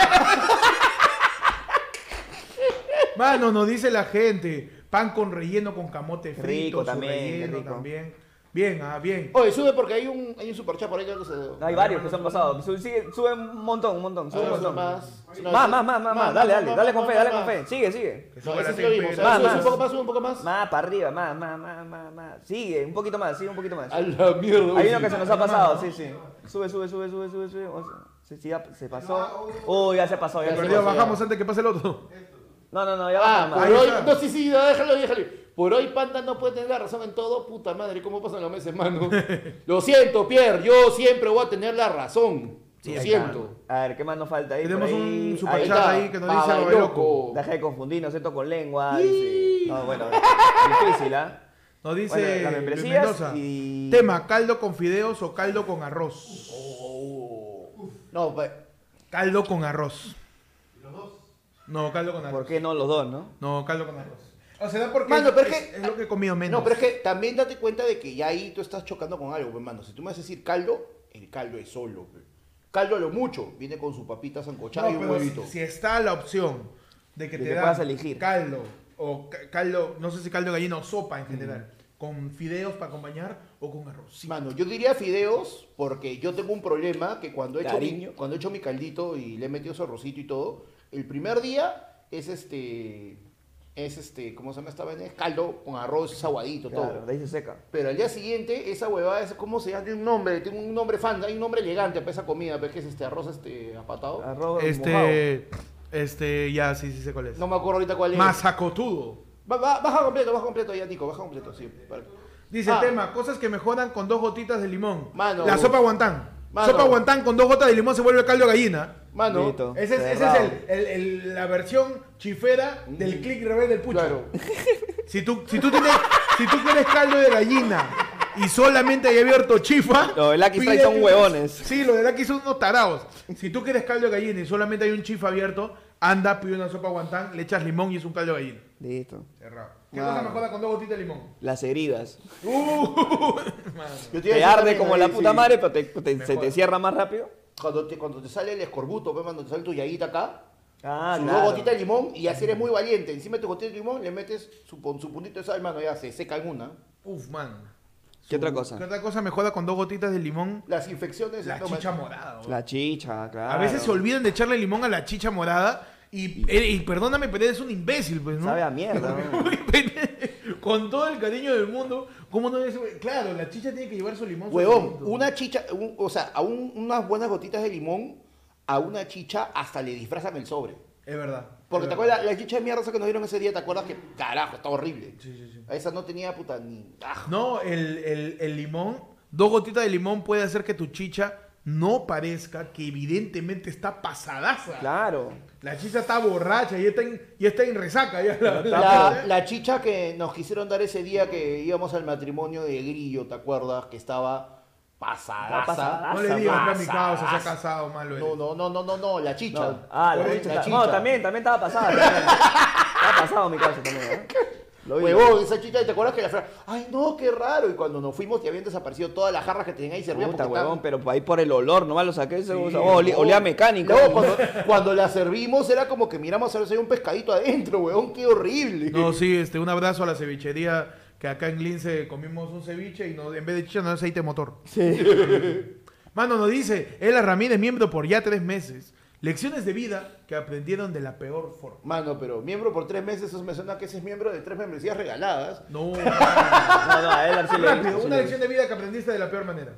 Mano, nos dice la gente. Pan con relleno con camote frito. Rico su también, qué relleno rico. también. Bien, ah, bien. Oye, sube porque hay un, hay un superchat por ahí que no se... No, hay varios que se han pasado. Sube, sigue- sube un montón, un montón. Sube un montón. más. Más, más, más, más, más. Dale, dale, dale con fe, dale con fe. Sigue, sigue. Que No, suba ese la sí lo vimos. temperatura. Sube, Más, sube un más. poco más, sube un poco más. Más para arriba, más, más, más, más, más. Sigue, un poquito más, sigue un poquito más. A la mierda. Hay uno que se nos ha pasado, sí, sí. Sube, sube, sube, sube, sube, sube. O sea, sí, sí, ya se pasó. Uy, ya se pasó, ya Ya se Perdido, pasó. bajamos antes que pase el otro. No, no, no, ya Ah, baja por Ahí más. hoy, está. no, sí, sí, no, déjalo, déjalo. Por hoy Panda no puede tener la razón en todo, puta madre, ¿cómo pasan los meses, mano? Lo siento, Pierre, yo siempre voy a tener la razón. Sí, Lo ahí siento. está. A ver, ¿qué más nos falta ahí? Tenemos Por un ahí? super Ahí chat está. ahí que nos dice Baba Baba loco. Deja de confundirnos esto con lengua. Dice. No, bueno, difícil, ¿ah? Nos dice Bueno, las Luis membresías Mendoza. y- Tema, caldo con fideos o caldo con arroz. No, pues, Caldo con arroz. No, caldo con arroz. ¿Por qué no los dos, no? No, caldo con arroz. O sea, porque Mano, es, pero es es- que- es lo que he comido menos. no, pero es que también date cuenta de que ya ahí tú estás chocando con algo, pues, mano. Si tú me vas a decir caldo, el caldo es solo, pues. Caldo a lo mucho, viene con su papita sancochada No, y un pero huevito. si, si está la opción de que De te que dan puedas elegir. caldo o ca- caldo, no sé si caldo de gallina o sopa en general, con fideos para acompañar o con arroz. Sí. Mano, yo diría fideos porque yo tengo un problema que cuando he, hecho mi, Cariño. cuando he hecho mi caldito y le he metido su arrocito y todo, el primer día es este es este, ¿cómo se llama esta vaina? Es caldo con arroz, es aguadito, Claro, todo. de ahí se seca. Pero al día siguiente, esa huevada es, ¿cómo se llama? Tiene un nombre, tiene un nombre fan, hay un nombre elegante para esa comida, pero que es este arroz este apatado. Arroz mojado. Este, este, ya, sí, sí sé cuál es. No me acuerdo ahorita cuál es. Mazacotudo. Ba- ba- baja completo, baja completo ya, Nico, baja completo, sí. Vale. Dice Ah. el tema, cosas que mejoran con dos gotitas de limón. Mano. La sopa guantán. Mano. Sopa guantán con dos gotas de limón se vuelve caldo de gallina. Mano, Listo. Ese es, ese es Cerrado. el, el- el- la versión chifera del click revés del pucho. claro. Si tú, si tú tienes, si tú quieres caldo de gallina y solamente hay abierto chifa. Los de Lucky Strike pídete son unos- huevones. Sí, los de Lucky son unos tarados. Si tú quieres caldo de gallina y solamente hay un chifa abierto, anda, pide una sopa guantán, le echas limón y es un caldo de gallina. Listo. Cerrado. ¿Qué Mano. cosa mejora con dos gotitas de limón? Las heridas. Uh, mano. Yo iba a Te decir arde también, como ahí, la sí. puta madre, pero te- te- se Mejor. te cierra más rápido. Cuando te, cuando te sale el escorbuto, pues, cuando te sale tu llaguita acá, Ah, sus claro. dos gotitas de limón y así eres muy valiente. Encima de tu gotita de limón le metes su, pon- su puntito de sal, mano, ya se seca en una. Uf, man. ¿Qué otra cosa? ¿Qué otra cosa mejora con dos gotitas de limón? Las infecciones... La no, chicha man- morada. bro. La chicha, claro. A veces se olvidan de echarle limón a la chicha morada y, eh, y perdóname, pero eres un imbécil, pues, ¿no? Sabe a mierda, ¿no? Con todo el cariño del mundo, ¿cómo no es? Claro, la chicha tiene que llevar su limón. su Huevón, solito. una chicha, un- o sea, a un- unas buenas gotitas de limón, a una chicha hasta le disfrazan el sobre. Es verdad. Porque es te verdad. acuerdas, la chicha de mierda esa que nos dieron ese día, ¿te acuerdas que, carajo, estaba horrible? Sí, sí, sí. A esa no tenía puta ni... ah, No, el, el- el limón, dos gotitas de limón puede hacer que tu chicha no parezca que evidentemente está pasadaza. Claro. La chicha está borracha y está en, y está en resaca. Ya, la, la- La, la chicha que nos quisieron dar ese día que íbamos al matrimonio de Grillo, ¿te acuerdas? Que estaba pasadaza. pasadaza. No le digas que a mi causa se ha Pasadaza. casado malo. eres. No, no, no, no, no, no, la chicha. No. Ah, la Por chicha. la está- chicha. No, también, también estaba pasada. También. Estaba pasado mi casa también, ¿eh? Lo vi. Huevón, esa chicha, ¿te acuerdas que la frase? Ay, no, qué raro. Y cuando nos fuimos, te habían desaparecido todas las jarras que tenían ahí servían Puta, porque huevón, estaban- pero ahí por el olor, nomás lo saqué. Sí, o sea, oh, oli- No, olía mecánico. No, cuando, cuando la servimos era como que miramos a ver si hay un pescadito adentro, huevón, qué horrible. No, sí, este, un abrazo a la cevichería que acá en Lince comimos un ceviche y no, en vez de chicha no es aceite de motor. Sí. Mano, nos dice, Ela Ramírez, miembro por ya tres meses. Lecciones de vida que aprendieron de la peor forma. Mano, pero miembro por tres meses, eso me suena que ese es miembro de tres membresías regaladas. No, No, no, a él sí le rápido, sí una le- lección de vida que aprendiste de la peor manera.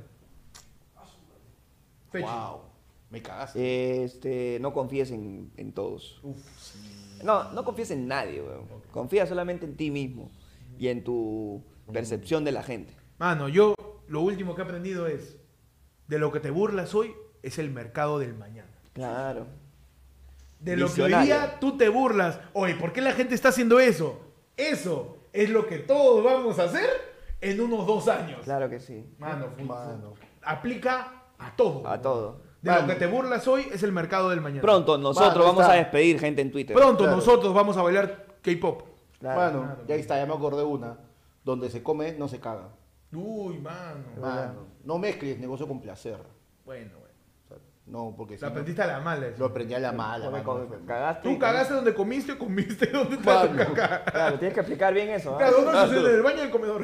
Fechi. Wow, me cagaste. Este, no confíes en, en todos. Uf, sí. No, no confíes en nadie, weón. Confía solamente en ti mismo y en tu percepción de la gente. Mano, yo lo último que he aprendido es, de lo que te burlas hoy es el mercado del mañana. Claro. De lo que hoy Visionario. día tú te burlas. Oye, ¿por qué la gente está haciendo eso? Eso es lo que todos vamos a hacer en unos dos años. Claro que sí. Mano, fu- Mano. aplica a todo. A todo. De Mano. lo que te burlas hoy es el mercado del mañana. Pronto nosotros Mano, vamos está. a despedir gente en Twitter. Pronto Claro. nosotros vamos a bailar K-pop. Claro. Mano, claro. ya ahí está, ya me acordé una. Donde se come, no se caga. Uy, mano. Mano, no mezcles negocio con placer. Bueno, bueno. O sea, no, porque si Lo no- aprendiste a la mala. eso. lo aprendí a la mala. Come mano. con- cagaste. Tú cagaste donde comiste o comiste donde te Mano. cagar. Claro, tienes que explicar bien eso. ¿ah? Claro, ¿dónde sucede? ¿En el baño o en el comedor?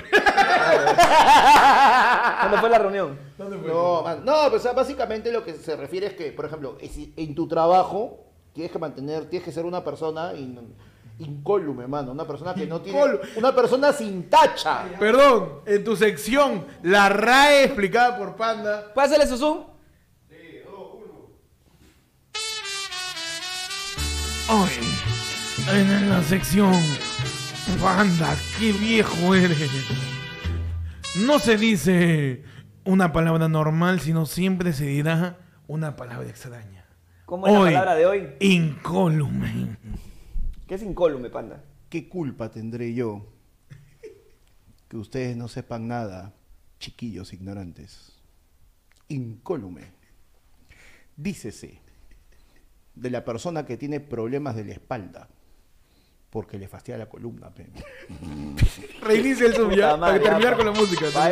¿Cuándo fue la reunión? ¿Dónde fue? No, mano, no, pero o sea, básicamente lo que se refiere es que, por ejemplo, es- en tu trabajo tienes que mantener, tienes que ser una persona in- incólume, mano, una persona que no tiene, Incólume. una persona sin tacha. Perdón, en tu sección, la R A E explicada por Panda. ¿Puedes hacerle su zoom? Hoy, en la sección, Panda, qué viejo eres. No se dice una palabra normal, sino siempre se dirá una palabra extraña. ¿Cómo es la palabra de hoy? Incólume. ¿Qué es incólume, panda? ¿Qué culpa tendré yo que ustedes no sepan nada, chiquillos ignorantes? Incólume. Dícese de la persona que tiene problemas de la espalda porque le fastidia la columna. Pe. Reinicia el zoom Puta ya, madre, para terminar ya, con la música. Bye.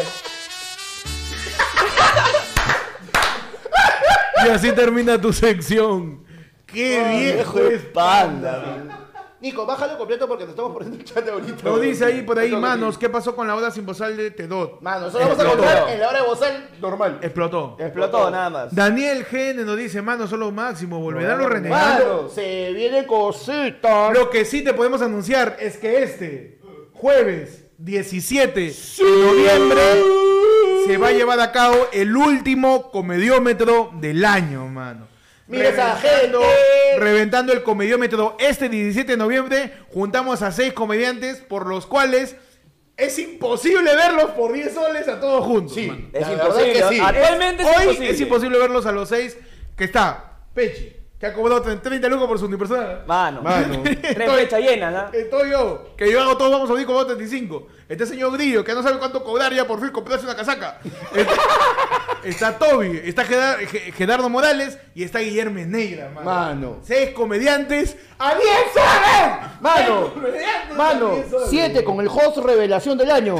Y así termina tu sección. ¡Qué Ay, viejo viejo es panda, Panda! Nico, bájalo completo porque te estamos poniendo el chat ahorita. Lo dice ahí por ahí, Esto que manos, sí. ¿qué pasó con la hora sin bozal de Tedot? Mano, eso lo vamos a Explotó. contar en la hora de bozal normal. Explotó. Explotó nada más. Daniel Gene nos dice, mano, son lo máximo, volverán los renegados. Mano, se viene cosita. Lo que sí te podemos anunciar es que este jueves diecisiete de noviembre se va a llevar a cabo el último comediómetro del año, mano. Mira esa Reventando- gente. Reventando el comediómetro este diecisiete de noviembre, juntamos a seis comediantes por los cuales es imposible verlos por diez soles a todos juntos. Sí, mano. Es la verdad imposible. que sí. Actualmente es Hoy imposible. es imposible verlos a los seis, que está Pechi, que ha cobrado treinta lucas por su unipersonal. Mano. Mano. Tres Estoy- fechas llenas, ¿ah? Estoy yo, que yo hago todos vamos a abrir como treinta y cinco. Este señor Grillo, que no sabe cuánto cobrar ya por fin comprarse una casaca. Está, está Toby, está Gedar- Ge- Gerardo Morales y está Guillermo Negra, mano. Mano. Seis comediantes a diez soles. Mano, Seis comediantes a mano, diez soles. siete con el host revelación del año.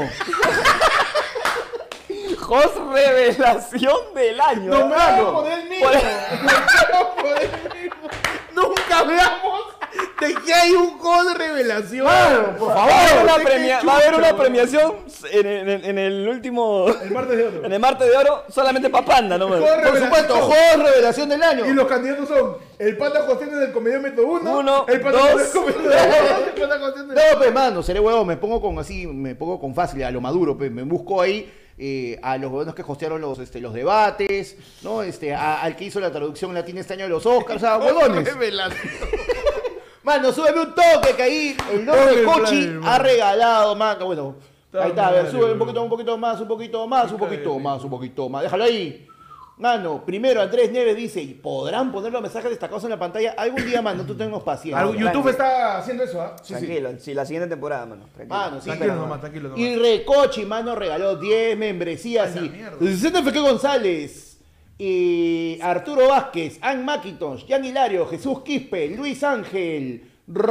Host revelación del año. No me mano. hago por él mismo. Por- No me hago por él mismo. Nunca hablamos de que hay un code de revelación. Mano, por Va a haber favor. una, ¿de premia- qué va a haber chucha, una weón? premiación en, en- en el último. El martes de otro. En el martes de oro, solamente para Panda, ¿no? Joder. Por Revelación. supuesto, host revelación del año. Y los candidatos son el Panda José del comediómetro uno, Uno, el Panda dos. José del comediómetro dos, el Panda José del- No, pues, mano, seré huevón, me pongo con así, me pongo con fácil, a lo maduro, pues, me busco ahí eh, a los huevones que hostearon los, este, los debates, ¿no? Este, a- al que hizo la traducción latina este año de los Oscars, o sea, huevones. Revelación. Mano, súbeme un toque que ahí el dos de Oye, Cochi Flavio, ha mano. regalado, mano, bueno. Ahí está, a ver, madre, sube un weón. poquito, un poquito más, un poquito más, un poquito Cállate. más, un poquito más, déjalo ahí. Mano, primero Andrés Nieves dice, ¿y podrán poner los mensajes destacados en la pantalla? Algún día, mano, tú tengas paciencia. Algo- Tranquilo. YouTube está haciendo eso, ¿ah? Sí, sí. Tranquilo, sí, la siguiente temporada, mano. Tranquilo. Mano, sí, Tranquilo pero- nomás, tranquilo nomás. Y Recochi, mano, regaló diez membresías. Ay, la Y mierda. Z F K González, y Arturo Vázquez, Ann McIntosh, Jan Hilario, Jesús Quispe, Luis Ángel,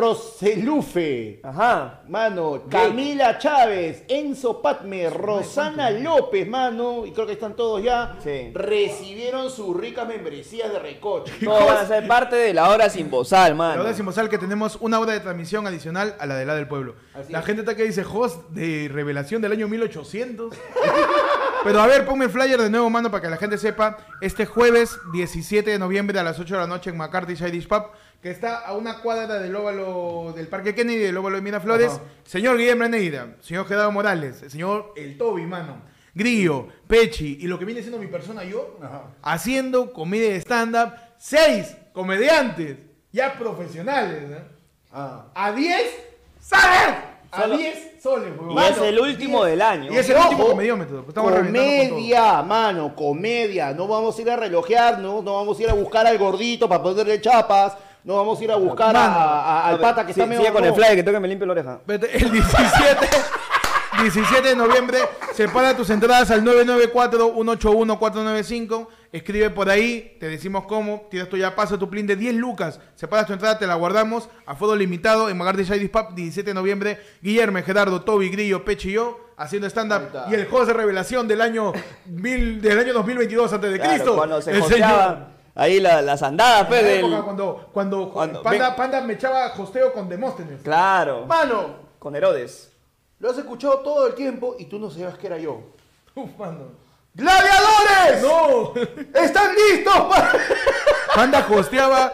Roselufe, Ajá. mano, Camila Chávez, Enzo Patme, Rosana López, mano, y creo que están todos ya, Sí. recibieron sus ricas membresías de Recochi. Todos van a ser parte de la hora sin bozal, La mano. hora decimos al que tenemos una hora de transmisión adicional a la de la del pueblo. Así la es. gente está que dice host de revelación del año mil ochocientos. Pero a ver, ponme el flyer de nuevo, mano, para que la gente sepa. Este jueves diecisiete de noviembre a las ocho de la noche en McCarthy Shadish Pub, que está a una cuadra del óvalo del Parque Kennedy, del óvalo de Miraflores. Ajá. Señor Guillermo Neira, señor Gerardo Morales, el señor El Toby, mano, Grillo, Pechi y lo que viene siendo mi persona yo, Ajá. haciendo comedia de stand-up. Seis comediantes ya profesionales, ¿eh? Ah. A diez soles. A Solo- diez soles, huevón. Y Mano, es el último diez. del año. Y es el Ojo, último comediómetro. Estamos reventando con todo. Comedia, mano, comedia. No vamos a ir a relojear, ¿no? No vamos a ir a buscar al gordito para ponerle chapas. No vamos a ir a buscar a- Mano. a- al pata que Sí, está medio... sigue con el no. flyer que tengo que me limpie la oreja. Vete, el diecisiete, diecisiete de noviembre, separa tus entradas al nueve nueve cuatro, uno ocho uno, cuatro nueve cinco. Escribe por ahí, te decimos cómo. Tiras tu ya paso, tu plin de diez lucas. Separas tu entrada, te la guardamos a foro limitado en McCarthy Shadish Pub, diecisiete de noviembre. Guillermo, Gerardo, Toby, Grillo, Pechi y yo haciendo Ahí stand-up. está. Y el juego de revelación del año, mil, del año dos mil veintidós antes de Claro, Cristo. cuando se el hosteaba ahí la- las andadas, pues, En la del... época cuando, cuando, Cuando- Panda, ven- Panda me echaba hosteo con Demóstenes. Claro. Mano, Con Herodes. lo has escuchado todo el tiempo y tú no sabías que era yo. Uf, mano. ¡Gladiadores! ¡No! ¡Están listos para... Panda hosteaba.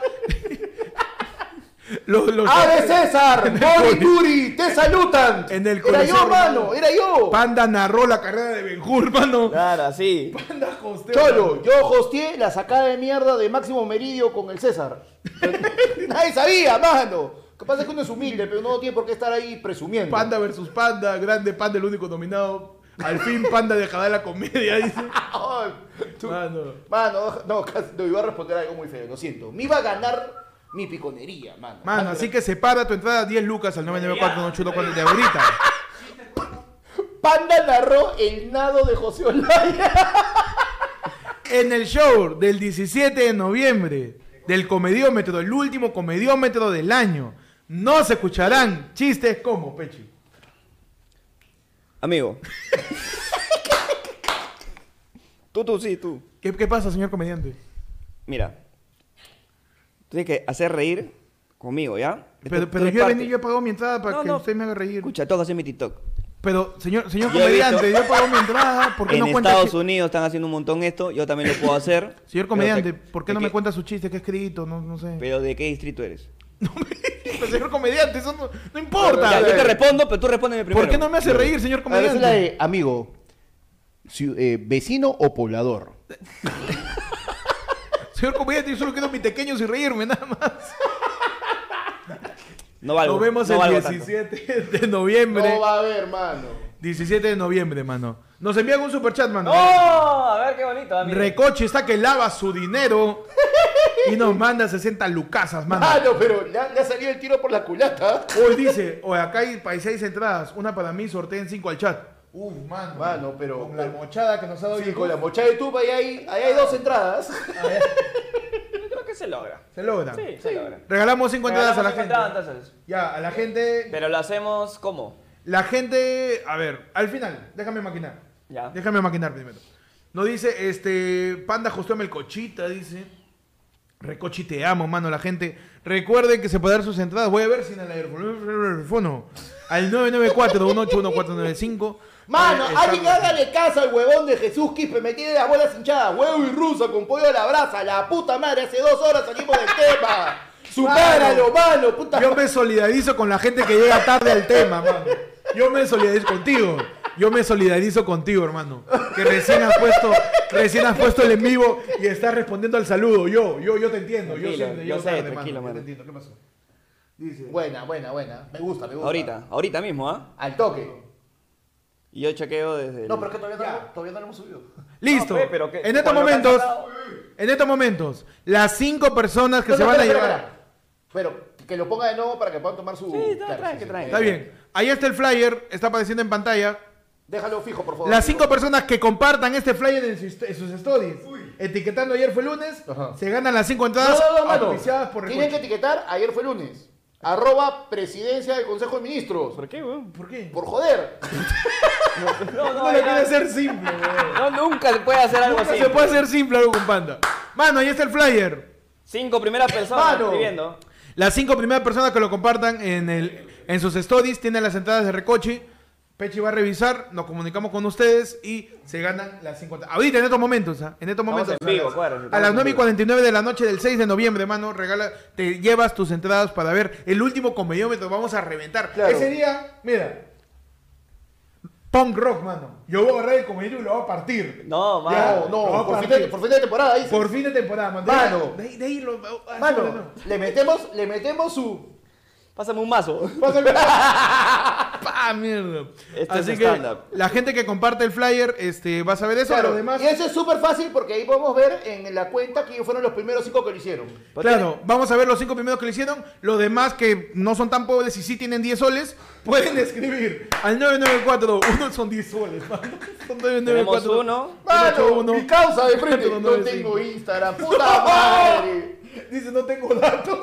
los, los- ¡Ave César! En el ¡Bori coli- Turi! ¡Te saludan! En el ¡Era Coliseo yo, Romano. mano! ¡Era yo! Panda narró la carrera de Ben-Hur, mano. Claro, así. Panda hosteó. Cholo, yo hosteé la sacada de mierda de Máximo Meridio con el César. Nadie sabía, mano. Lo que pasa es que uno es humilde, pero no tiene por qué estar ahí presumiendo. Panda versus Panda, grande Panda, el único nominado. Al fin Panda dejará la comedia, dice. Ay, tú- Mano. Mano, no, casi- no, iba a responder algo muy feo, lo siento. Me iba a ganar mi piconería, mano. Mano, así que separa tu entrada diez lucas al nueve nueve cuatro, ocho uno cuatro de ahorita. Panda narró el nado de José Olaya. En el show del diecisiete de noviembre del comediómetro, el último comediómetro del año, no se escucharán chistes como Pechi. Amigo. Tú, tú, sí, tú. ¿Qué, qué pasa, señor comediante? Mira. Tienes que hacer reír Conmigo, ¿ya? Pero, Esto- pero esto es yo he parte. venido, yo he pagado mi entrada para No, que no. usted me haga reír. Escucha, toca hacer mi TikTok. Pero, señor, señor Yo he comediante, visto- yo he pagado mi entrada, ¿por qué En no cuenta? Estados chi- Unidos están haciendo un montón esto, yo también lo puedo hacer. Señor Pero comediante, te- ¿por qué ¿de no me cuenta su chiste que he escrito? No, no sé. Pero ¿de qué distrito eres? Pero, señor comediante, eso no, no importa. Ya, yo te respondo, pero tú respóndeme primero. ¿Por qué no me hace reír, señor A ver, es la comediante? de amigo, ciu- eh, vecino o poblador. Señor comediante, yo solo quiero mi pequeño sin reírme, nada más. No valgo. Nos vemos no el valgo tanto. diecisiete de noviembre. No va a haber, mano. diecisiete de noviembre, mano. Nos envían un superchat, mano. ¡Oh! A ver qué bonito, amigo. Recoche está que lava su dinero y nos manda sesenta lucasas, mano. Mano, pero le ha, le ha salido el tiro por la culata. Hoy dice, o acá hay para seis entradas, una para mí, sorteen cinco al chat. Uf, mano. Mano, pero- Con la mochada que nos ha dado Sí, YouTube, con la mochada de tuba ahí hay, ahí hay dos entradas. Yo creo que se logra. se logra. Sí, se logra. Regalamos cinco entradas a la Regalamos gente. cinco entradas, entonces. Ya, a la gente. Pero lo hacemos ¿cómo? La gente. A ver, al final, déjame maquinar. Ya. Déjame maquinar primero. Nos dice, este. Panda José Cochita, dice. Recochi, te amo, mano. La gente. Recuerden que se puede dar sus entradas. Voy a ver si en el teléfono. Al nueve nueve cuatro, uno ocho uno cuatro nueve cinco. Mano, Eh, alguien está- hágale caso al huevón de Jesús Quispe. Me tiene las bolas hinchadas. Huevo y rusa con pollo a la brasa. La puta madre, hace dos horas salimos del tema. Supáralo, mano, puta Yo me solidarizo con la gente que llega tarde al tema, mano. Yo me solidarizo contigo. Yo me solidarizo contigo, hermano. Que recién has puesto, recién has puesto el en vivo y estás respondiendo al saludo. Yo, yo, yo te entiendo. Yo Tranquilo, siempre yo llego sé, tarde, tranquilo, Yo mano. te entiendo. ¿Qué pasó? Dice. Buena, buena, buena. Me gusta, me gusta. Ahorita, ahorita mismo, ¿ah? Al toque. Y yo chequeo desde el... No, pero es que todavía no, todavía no lo hemos subido. Listo. No, pe, pero que- en estos con lo que han momentos, sacado- en estos momentos, las cinco personas que No, se no, van a espera, llevar. espera, espera. Pero que lo ponga de nuevo para que puedan tomar su. Sí, no, tranqui, tranqui. Está bien. Ahí está el flyer, está apareciendo en pantalla. Déjalo fijo, por favor. Las cinco personas que compartan este flyer en sus, en sus stories, etiquetando ayer fue lunes, Ajá. se ganan las cinco No, entradas no, no, mano. auspiciadas por Tienen que Recoche. etiquetar ayer fue lunes. Arroba presidencia del Consejo de Ministros. ¿Por qué, weón? ¿Por qué? Por joder. No, No, lo quiere hacer simple, weón. No, nunca se puede hacer algo Nunca así. se puede hacer simple algo con Panda. Mano, ahí está el flyer. Cinco primeras personas Mano. escribiendo. Las cinco primeras personas que lo compartan en, el, en sus stories tienen las entradas de Recoche. Pechi va a revisar, nos comunicamos con ustedes y se ganan las cincuenta. Ahorita, en estos momentos, ¿ah? En estos Estamos momentos. en vivo, a las, acuérdense, a estamos las en nueve y vivo. cuarenta y nueve de la noche del seis de noviembre, mano, regala, te llevas tus entradas para ver el último comediómetro. Vamos a reventar. Claro. Ese día, mira. Punk rock, mano. Yo voy a agarrar el comediómetro y lo voy a partir. No, Ya, mano. No, lo voy no, a por fin, partir. de, por fin de temporada. Ahí Por fin de temporada, mano. Mano. De ahí, de ahí lo. ah, Mano, sí, no. le metemos, le metemos su. Pásame un mazo. Pásame. ¡Pah, mierda! Esto Así es que stand-up. la gente que comparte el flyer este, va a saber eso. Claro, Lo demás, y eso es súper fácil porque ahí podemos ver en la cuenta que ellos fueron los primeros cinco que lo hicieron. claro, vamos a ver los cinco primeros que le hicieron. Los demás que no son tan pobres y sí tienen diez soles, pueden escribir al nueve nueve cuatro. Uno son diez soles, mano. Son nueve nueve Tenemos cuatro. uno. Mano, mi causa de frente. cuatro No nueve tengo cinco. Instagram, puta madre. Dice, no tengo datos.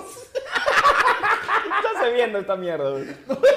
Estás viendo esta mierda, güey.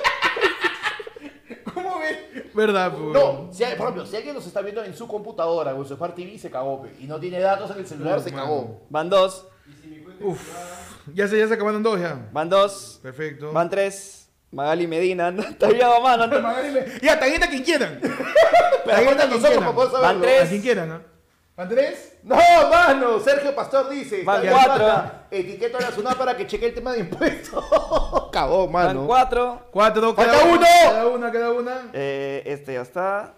¿Cómo ves? ¿Verdad, pues? No, si hay- por ejemplo, si alguien nos está viendo en su computadora o en su Smart T V, se cagó, pe, y no tiene datos en el celular, Uf, se mano. cagó. Van dos. Uf. Ya se, ya se acabaron dos ya. Van dos. Perfecto. Van tres. Magali Medina. No, todavía va mano. no. Ya, tagueta a quien quieran. Pero Tagueta aguanta a quien nosotros quieran. para poder saberlo. Van tres. A quien quieran, ¿ah? ¿Van tres? No, mano, Sergio Pastor dice. Van está bien, cuatro. manda, Etiqueta a la SUNAT para que cheque el tema de impuestos. Cagó, Van mano. cuatro. Cuatro. ¡Falta cada uno! Cada una, cada una. Eh, este ya está.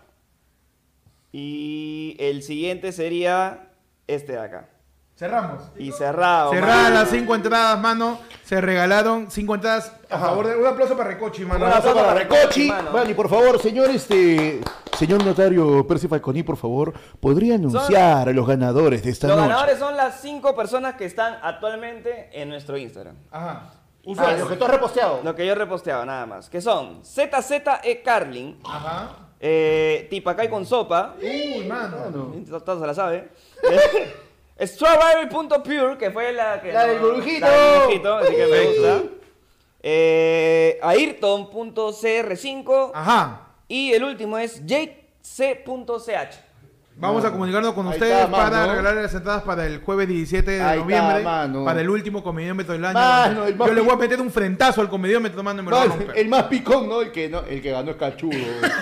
Y el siguiente sería este de acá. Cerramos. Y cerrado. Cerradas mano. las cinco entradas, mano. Se regalaron cinco entradas a Ajá. favor de. Un aplauso para Recochi, mano. Un aplauso para Recochi, mano. Bueno, y por favor, señor, este. Señor notario Percy Falconi, por favor, ¿podría anunciar a los ganadores de esta Los noche? ganadores son las cinco personas que están actualmente en nuestro Instagram. Ajá. Ah, Usuarios. lo que tú has reposteado. Lo que yo he reposteado, nada más. Que son Z Z E Carlin, Ajá. eh, Tipacay con sopa, Uy, mano. todo se la sabe. Eh, Strawberry.pure, que fue la que. La del burbujito. La del burbujito, así que me Perfecto. gusta. Eh, Ayrton.cr cinco. Ajá. Y el último es Jake C.ch. Vamos Mano. a comunicarnos con Ahí ustedes está, para mano. regalarles las entradas para el jueves diecisiete de Ahí está, noviembre. mano. Para el último comediómetro del año. Mano, el más Yo le voy a pi- meter un frentazo al comediómetro, mano, y me lo voy a Mano, romper. el más picón, ¿no? El que, no, el que ganó es cachudo.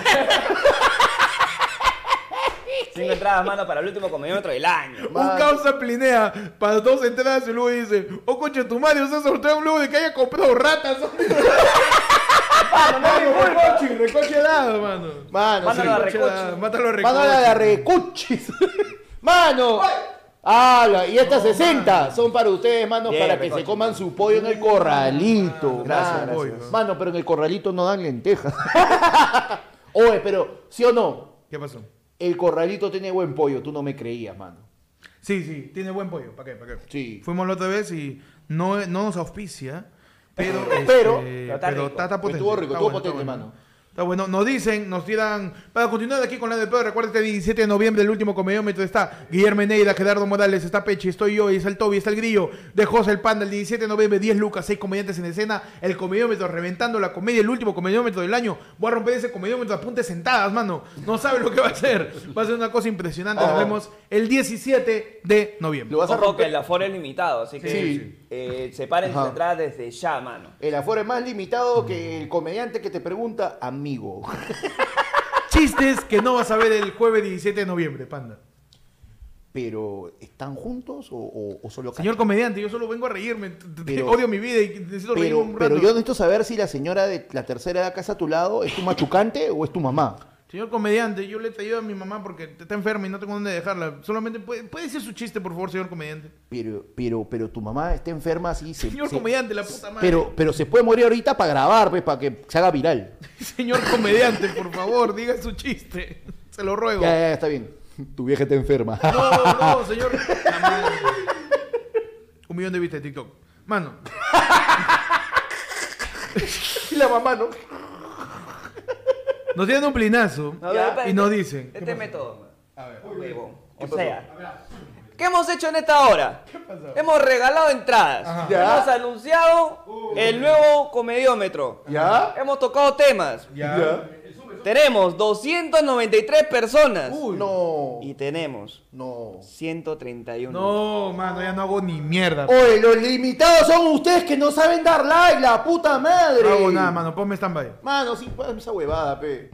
Cinco entradas, mano, para el último comediómetro del año. Un Mano. causa plinea para dos entradas y luego dice, oh coche tu madre, usted sortea un luego de que haya comprado ratas. Mano, no hay culpa. Recoche, recoche dado, mano. Mano, Mándalo sí. a Recoche recoche. dado, Mátalo a Mano, la de recoche. arrecuchis. Mano. ¡Hala! Y estas sesenta son para ustedes, mano, Bien, para que recoche. se coman su pollo en el corralito. Gracias, mano. gracias. Mano, pero en el corralito no dan lentejas. Oye, pero, ¿sí o no? ¿Qué pasó? El corralito tiene buen pollo, tú no me creías, mano. Sí, sí, tiene buen pollo. ¿Para qué? ¿Para qué? Sí. Fuimos la otra vez y no, no nos auspicia, pero... Pero- este, Pero está pero rico. está, está potente. Estuvo rico, está estuvo bueno, está potente, bueno. mano. Está bueno, nos dicen, nos tiran... Para continuar aquí con la del pedo, recuerda este diecisiete de noviembre, el último comediómetro está Guillermo Neira, Gerardo Morales, está Pechi, estoy yo, y está el Toby, está el Grillo, de José el Panda, el diecisiete de noviembre, diez lucas, seis comediantes en escena, el comediómetro reventando la comedia, el último comediómetro del año. Voy a romper ese comediómetro a puntas sentadas, mano. No sabe lo que va a hacer. Va a ser una cosa impresionante. Nos Oh. vemos el diecisiete de noviembre. Lo vas a Ojo que romper. el aforo es limitado, así que Sí. eh, separen sus Ajá. entradas desde ya, mano. El aforo es más limitado que el comediante que te pregunta, amigo. Chistes que no vas a ver el jueves diecisiete de noviembre, Panda. Pero, ¿están juntos o, o- o solo Señor comediante, yo solo vengo a reírme. T- t- Pero- Odio mi vida y necesito reírme Pero, un rato. pero yo necesito saber si la señora de la tercera edad casa a tu lado es tu machucante o es tu mamá. Señor comediante, yo le he traído a mi mamá porque está enferma y no tengo dónde dejarla. Solamente puede, puede decir su chiste, por favor, señor comediante. Pero, pero, pero tu mamá está enferma así. Se, Señor se- comediante, la puta madre. Pero, pero se puede morir ahorita para grabar, pues, para que se haga viral. Señor comediante, por favor, diga su chiste. Se lo ruego. Ya, ya, ya, está bien. Tu vieja está enferma. No, no, señor. La madre. Un millón de vistas de TikTok. Mano, Y la mamá, ¿no? nos tiran un plinazo A ver, espérate. y nos dicen. Este método. A ver. Huevón. O pasó? sea, ¿qué hemos hecho en esta hora? Hemos regalado entradas. Ajá. Ya. Hemos anunciado el nuevo comediómetro. ¿Ya? Hemos tocado temas. Ya. Tenemos doscientas noventa y tres personas. Uy. No. Y tenemos No. ciento treinta y uno. No, mano, ya no hago ni mierda. Oye, los limitados son ustedes que no saben dar like, la puta madre. No hago nada, mano. Ponme stand-by. Mano, sí, pues, esa huevada, pe.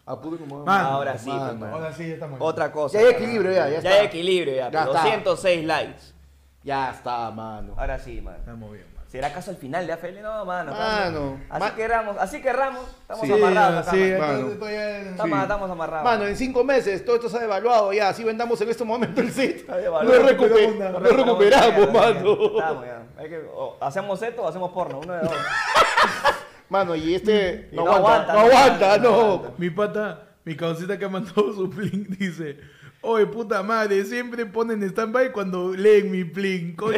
A puto como Mano, Ahora sí, mano. pues, mano. Ahora sí, ya estamos. Otra cosa. Ya hay equilibrio, ya, ya Ya está. hay equilibrio, ya. Ya está. doscientos seis likes. Ya está, mano. Ahora sí, mano. Estamos bien, mano. ¿Será acaso al final de A F L? No, mano. Mano. Así Ma- querramos, así querramos. Estamos Sí, amarrados acá, sí, mano. mano. entonces estoy ya- Estamos, sí. estamos amarrados. Mano, en cinco meses todo esto se ha devaluado ya. Así vendamos en este momento el set. Está Lo, devaluado. recuper- No lo recuperamos recuperamos, mierda, mano. Estamos ya. Hay que- o hacemos esto o hacemos porno. Uno de dos. Mano, y este Y no, no aguanta, aguanta, no no aguanta, aguanta, no no. aguanta. Mi pata, mi causita que ha mandado su plin dice: oye, puta madre, siempre ponen stand-by cuando leen mi plin. Coño.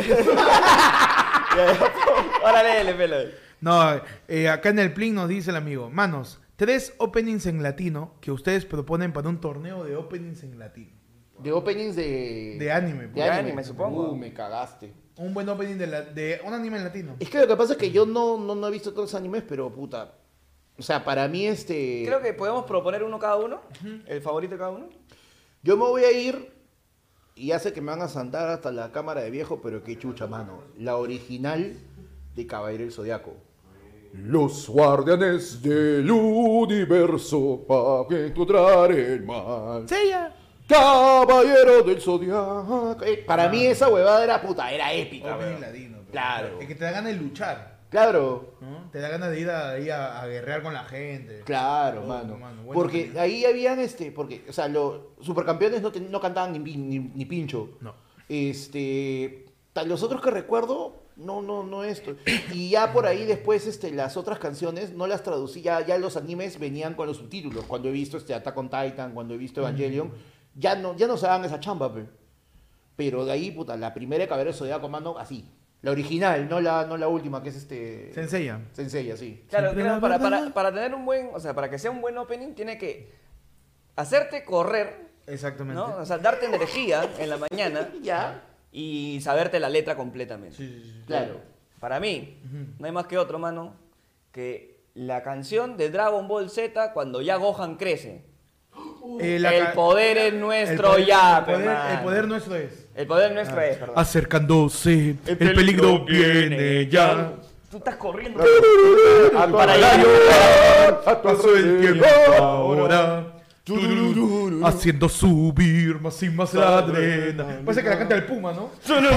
Ahora léele, pelo. No, eh, acá en el plin nos dice el amigo: manos, tres openings en latino que ustedes proponen para un torneo de openings en latino. De openings de... De anime, De pues. De anime, anime, supongo. Uh, me cagaste. Un buen opening de, la- de un anime en latino. Es que lo que pasa es que yo no, no, no he visto todos los animes, pero puta. O sea, para mí este... Creo que podemos proponer uno cada uno. El favorito de cada uno. Yo me voy a ir, y ya sé que me van a saltar hasta la cámara de viejo, pero qué chucha, mano. La original de Caballero del Zodiaco. Los guardianes del universo para encontrar el mal. ¡Sella! Caballero del Zodiaco. Eh, para mí esa huevada era puta, era épica. Opening weón. latino. pues. Claro. Es que te da ganas de luchar, Claro. ¿no? Te da ganas de ir a, ahí a, a guerrear con la gente. Claro, Oh, mano. mano, bueno, porque opening. ahí habían este, porque, o sea, los supercampeones no, te- no cantaban ni, pin- ni, ni pincho. No. Este, ta- los otros que recuerdo, no, no, no esto. Y ya por ahí después, este, las otras canciones no las traducí, ya, ya los animes venían con los subtítulos. Cuando he visto este Attack on Titan, cuando he visto Evangelion, ya no, ya no se daban esa chamba, pe. Pero de ahí, puta, la primera de Caballero Zodiaco, mano, así. La original, no la, no la última, que es este. Senseiya. Sensei, así. Claro, Siempre creo la para, verdad. para, para tener un buen, o sea, para que sea un buen opening, tiene que hacerte correr, Exactamente. ¿no? O sea, darte energía en la mañana Ya. y saberte la letra completamente. Sí, sí, sí. Claro. Para mí, no hay más que otro, mano, que la canción de Dragon Ball Z cuando ya Gohan crece. Eh, la el ca- poder es el nuestro poder- ya, el pe, poder, el mano. poder nuestro es. El poder nuestro es, perdón. Acercándose, el peligro, viene ya. Tú estás corriendo. A Para allá allá. Pasó el tiempo ahora. Tururú, haciendo subir más y más la adrenalina. Parece que la canta el Puma, ¿no?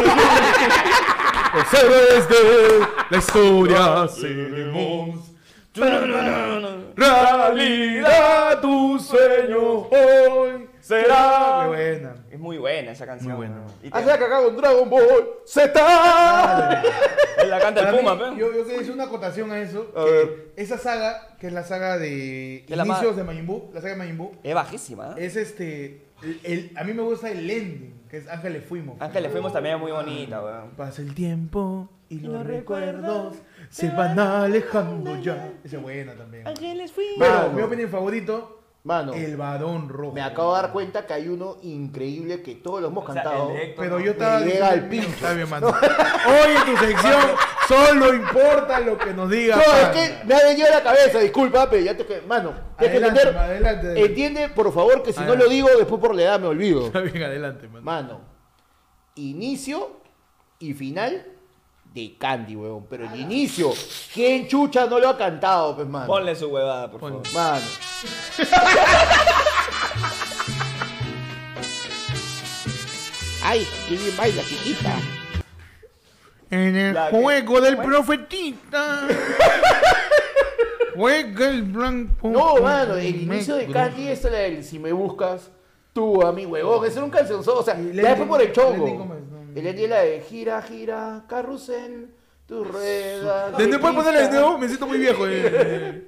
Los héroes de la historia seremos. Realidad tu sueño hoy será. Qué buena. Es muy buena esa canción. Muy buena. ¿no? Y te- Hace cagado con Dragon Ball Z. él la canta Para el Puma, mí, pe. yo, yo quiero decir una acotación a eso. A que ver. Esa saga, que es la saga de Que la inicios ma- de Majin Buu, la saga de Majin Buu, Es bajísima. ¿eh? es este. el- el- a mí me gusta el ending, que es Ángeles Fuimos. Ángeles Fuimos también es muy bonita, weón. Pasa el tiempo y los, los recuerdos recuerdos se van alejando ya. Esa es buena también. Ángeles Fuimos. Pero Mano. mi opinión favorito, Mano, el varón rojo. me acabo de dar cuenta que hay uno increíble que todos lo hemos O sea, cantado. el de Héctor, Pero ¿no? yo estaba. Me llega diciendo- al pincho. Está bien, mano. Hoy en tu sección solo importa lo que nos diga. No, es Panda. que me ha venido a la cabeza, disculpa, pero ya te que. Mano, tienes que Adelante, entender. adelante. Entiende, por favor, que si no Adelante. lo digo, después por la edad me olvido. Está bien, adelante, mano. Mano, inicio y final de Candy, weón. Pero el inicio, ¿quién chucha no lo ha cantado, pues, mano? Ponle su huevada, por Ponle. favor. Mano. Ay, qué bien baila, chiquita. En el La que- juego del ¿Cómo profetita. Juega el blanco. No, mano, el Me- inicio de Candy es la del Si me buscas, tú a mi huevón. Ese era un cancionzón, o sea, ¿Y el ya fue ending? por el ¿El chongo. ending cómo es? No, no. El ending es la de gira, gira, carrusel, tu rueda. ¿De dónde puedes ponerle de nuevo? Me siento muy viejo. eh.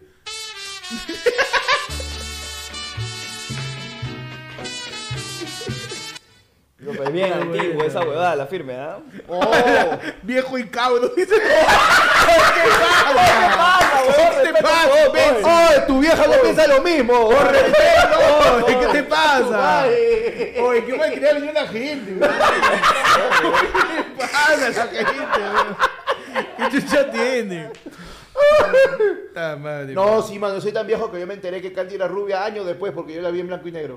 Lo que es bien antiguo, esa huevada, la firme, ¿ah? Oh, Viejo y cabro. Dice. ¿Qué pasa, huevón? ¿Qué te pasa? ves? oh, tu vieja no piensa lo mismo. Oye, ¿qué te pasa? Madre. Oye, ¿qué va a crear yo la gente? güey? ¿Qué pasa esa gente? güey? ¿Qué chucha tiene? Puta madre. No, sí, mano, soy tan viejo que yo me enteré que Candy era rubia años después porque yo la vi en blanco y negro.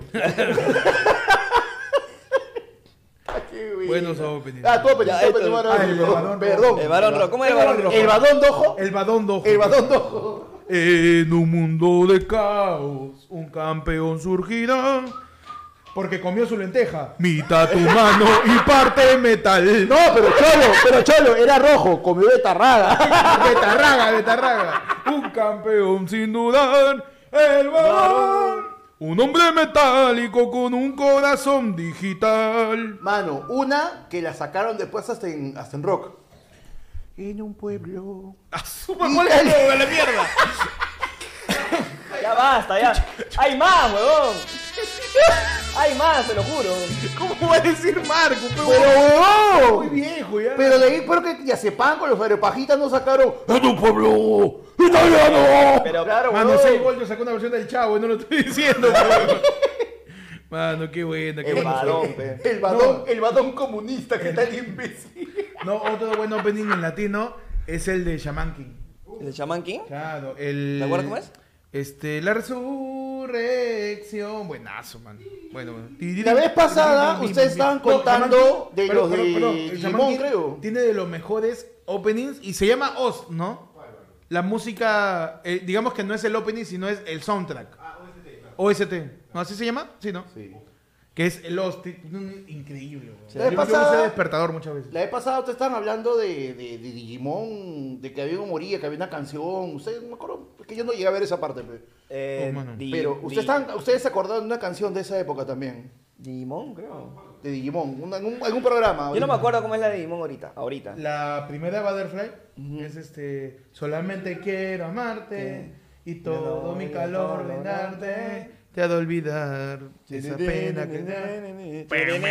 Qué güey. Buenos openings. Ah, tú opening, Ya, tú esto- opening, varón. Ah, el varón rojo. Perdón. El varón rojo. ¿Cómo era el varón rojo? El badón dojo. El badón dojo. El badón dojo. En un mundo de caos, un campeón surgirá. Porque comió su lenteja. Mitad humano y parte metal. No, pero Cholo, pero Cholo, era rojo, comió betarraga. Betarraga, betarraga. Un campeón sin dudar. El varón. Un hombre metálico con un corazón digital. Mano, una que la sacaron después hasta en, hasta en rock. En un pueblo. ¡Suma cuál es el juego de la mierda! Ya basta, ya. Hay más, huevón. Hay más, te lo juro. ¿Cómo va a decir Marco? Pero, Pero huevón. muy viejo ya. Pero de ahí creo que ya sepan con los aeropajitas no sacaron en un pueblo italiano. Pero claro, Mano, huevón. seis Voltios sacó una versión del Chavo y no lo estoy diciendo. Pero... Mano, qué buena, qué El bueno. varón, pe. El badón, el badón comunista, que tal imbécil. No, otro buen opening en latino es el de Shaman King. ¿El Shaman King? Claro, el... ¿Te acuerdas cómo es? Este, la resurrección. Buenazo, man. Bueno, bueno. La vez pasada ustedes estaban contando de los de el Shaman Digimon, King creo. Tiene de los mejores openings y se llama Oz, ¿no? La música, eh, digamos que no es el opening, sino es el soundtrack. Ah, O S T. Claro. O S T. ¿No así se llama? Sí, ¿no? Sí. Que es el Oz. Increíble, güey. La vez Yo, yo pasada- usé despertador muchas veces. La vez pasada ustedes estaban hablando de, de, de Digimon, de que había un moría, que había una canción. Ustedes no me acuerdo, es que yo no llegué a ver esa parte. Pe. Eh, Oh, mano. Di- Pero Di- ustedes, estaban, ustedes se acordaron de una canción de esa época también, Digimon, creo. de Digimon, una- en un- algún programa. Yo no me acuerdo cómo es la de Digimon ahorita. Ahorita. La primera Butterfly Ujú. es este, solamente quiero amarte y todo No, mi no, calor no, no, brindarte te ha de olvidar esa pena que te...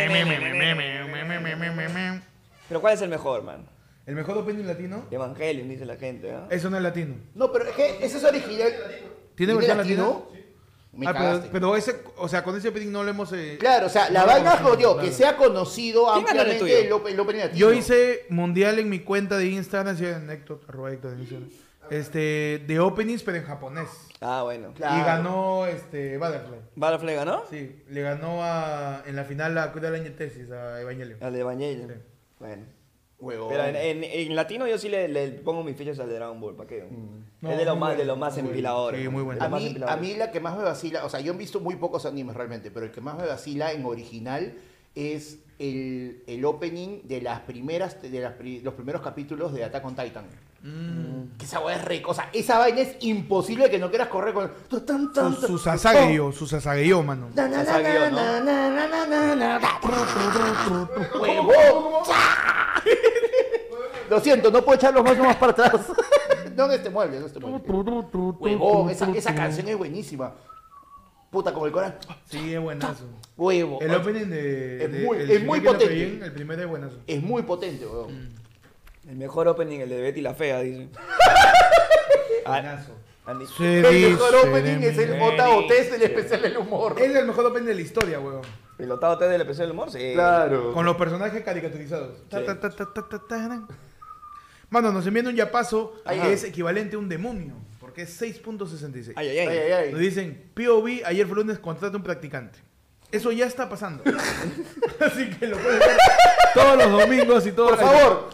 Pero ¿cuál es el mejor, man? El mejor opening latino, Evangelion, dice la gente, ¿ah? eso no es latino. No, pero es que ese es original. ¿Tiene versión latina? Me Ah, pero, cagaste. pero ese, o sea, con ese opening no lo hemos... eh, Claro, o sea, la no lo vaina conocemos, jodió, claro. que sea conocido ¿Quién ganó el ampliamente tuyo? el, op- el opening latino. Yo hice mundial en mi cuenta de Instagram, sí, en Héctor, arroba Héctor de Instagram, este, de openings, pero en japonés. Ah, bueno. Claro. Y ganó este, Butterfly. ¿Butterfly ganó? Sí, le ganó a, en la final a Cuida la Tesis, a Evangelion. Al de Evangelion. Sí. Bueno. Huevón. Pero en, en- en latino yo sí le, le pongo mis fichas al de Dragon Ball, ¿para qué? No, es de los muy más, bueno, de los más muy bueno. empiladores. Sí, muy bueno. de A los más mí, a empiladores. mí la que más me vacila, o sea, yo he visto muy pocos animes realmente, pero el que más me vacila en original es el, el opening de las primeras, de las pri- los primeros capítulos de Attack on Titan. Mm. Que esa vaina es re, o sea, esa vaina es imposible que no quieras correr con... Tan, tan, Su, tan, su Sasageyo, su Sasageyo, mano. Na, na, na, Sasageyo, ¿no? na, na, na, na, na, na. ¡Huevón! Lo siento, no puedo echarlos más nomás para atrás. No en este mueble, no en este mueble. Huevón, esa, esa canción es buenísima. Puta, como el corazón. Sí, es buenazo. Huevo. El opening de... Es de- muy- el es muy Shingeki no potente. Kyojin, el primero es buenazo. Es muy potente, huevón. Mm. El mejor opening, el de Betty la Fea, dice. Ah, Buenazo. Andy- Se El mejor dice opening de es el mí. J O T, es el especial del humor. Es el mejor opening de la historia, weón. ¿Pilotado T del especial del humor? Sí. Claro. Con los personajes caricaturizados. Ta, ta, ta, ta, ta, ta, ta. Mano, nos envían un yapazo Ajá. que es equivalente a un demonio. Porque es seis punto sesenta y seis. Ay, ay, ay. Ay, ay, ay. Nos dicen, P O V, ayer fue lunes, contrata un practicante. Eso ya está pasando. Así que lo puedes ver todos los domingos y todos Por favor.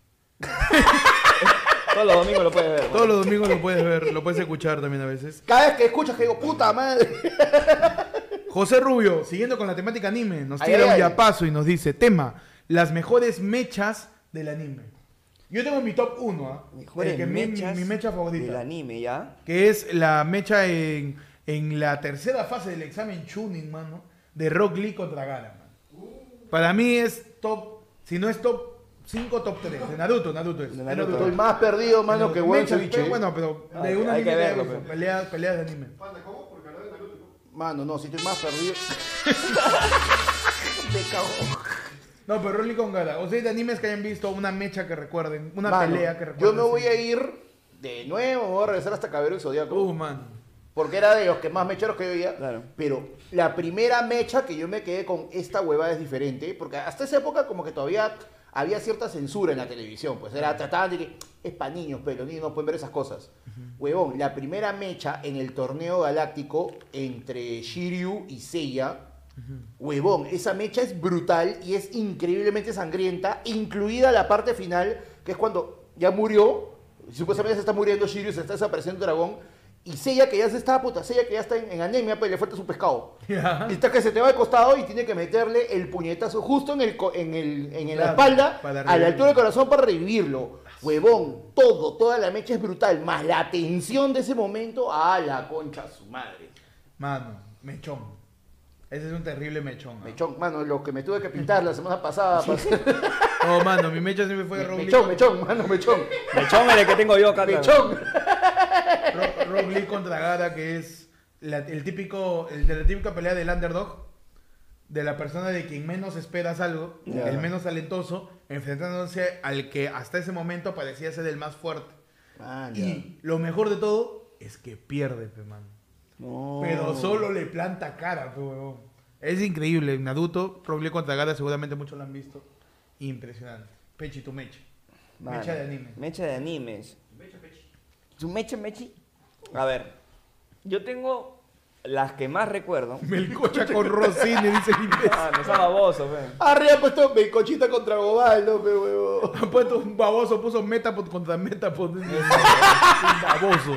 Todos los domingos lo puedes ver. Todos los domingos lo puedes ver, lo puedes escuchar también a veces. Cada vez que escuchas que digo, puta madre. José Rubio, siguiendo con la temática anime, nos Ay, tira ay, un ay. yapazo y nos dice, tema, las mejores mechas del anime. Yo tengo mi top uno, ¿ah? Mejores El que mi, mechas mi mecha favorita. del anime, ¿ya? Que es la mecha en, en la tercera fase del examen Chunin, mano, de Rock Lee contra Gaara, man. Para mí es top, si no es top cinco, top tres. De Naruto, Naruto es. De De Naruto. Estoy más perdido, mano, que buen Mechas, ceviche. pero Bueno, pero de Hay- un hay anime que que verlo, haya visto, pe. peleas, peleas de anime. Mano, no, si estoy más perdido. Me cago. No, pero Rock Lee con Gaara. O sea, de animes que hayan visto una mecha que recuerden, una Mano, pelea que recuerden. yo me voy sí. a ir de nuevo, me voy a regresar hasta Caballero del Zodíaco. Uh, man. Porque era de los que más mecheros que yo veía. Claro. Pero la primera mecha que yo me quedé con esta huevada es diferente. Porque hasta esa época como que todavía había cierta censura en la televisión. Pues era, trataban de que es para niños, pero los niños no pueden ver esas cosas. Huevón, la primera mecha en el torneo galáctico entre Shiryu y Seiya. Huevón, esa mecha es brutal y es increíblemente sangrienta, incluida la parte final, que es cuando ya murió Supuestamente se está muriendo Shiryu, se está desapareciendo el dragón. Y Seiya que ya se está, puta, Seiya que ya está en, en anemia, pues le falta su pescado. Ya. Y está que se te va al costado y tiene que meterle el puñetazo justo en, el, co- en, el, en la Claro, espalda, para a la revivirlo. altura del corazón para revivirlo. Huevón, todo, toda la mecha es brutal, más la tensión de ese momento, a la concha su madre. Mano, mechón. Ese es un terrible mechón. ¿no? Mechón, mano, lo que me tuve que pintar la semana pasada. para hacer- Oh, mano, mi mecha siempre fue Rock Lee. Mechón, mechón, mano, mechón. Mechón es el que tengo yo acá. Mechón. Ro- Rock Lee contra Gara, que es la, el típico, el de la típica pelea del underdog, de la persona de quien menos esperas algo, Ya. el menos talentoso, enfrentándose al que hasta ese momento parecía ser el más fuerte. Ah, ya. Y lo mejor de todo es que pierde, pe, mano. No. Pero solo le planta cara, pe, huevón. Es increíble. Naruto, Rock Lee contra Gara, seguramente muchos lo han visto. Impresionante. Pechi tu mecha. Mano, Mecha de anime. Mecha de animes. ¿Su mecha, mechi? A ver, yo tengo las que más recuerdo. Melcocha con Rossini, dice el imbécil. Ah, no sea baboso, fe. Arriba ha puesto Melcochita contra Gobaldo, pe huevo. Ha puesto un baboso, puso Metapod contra Metapod. Un baboso.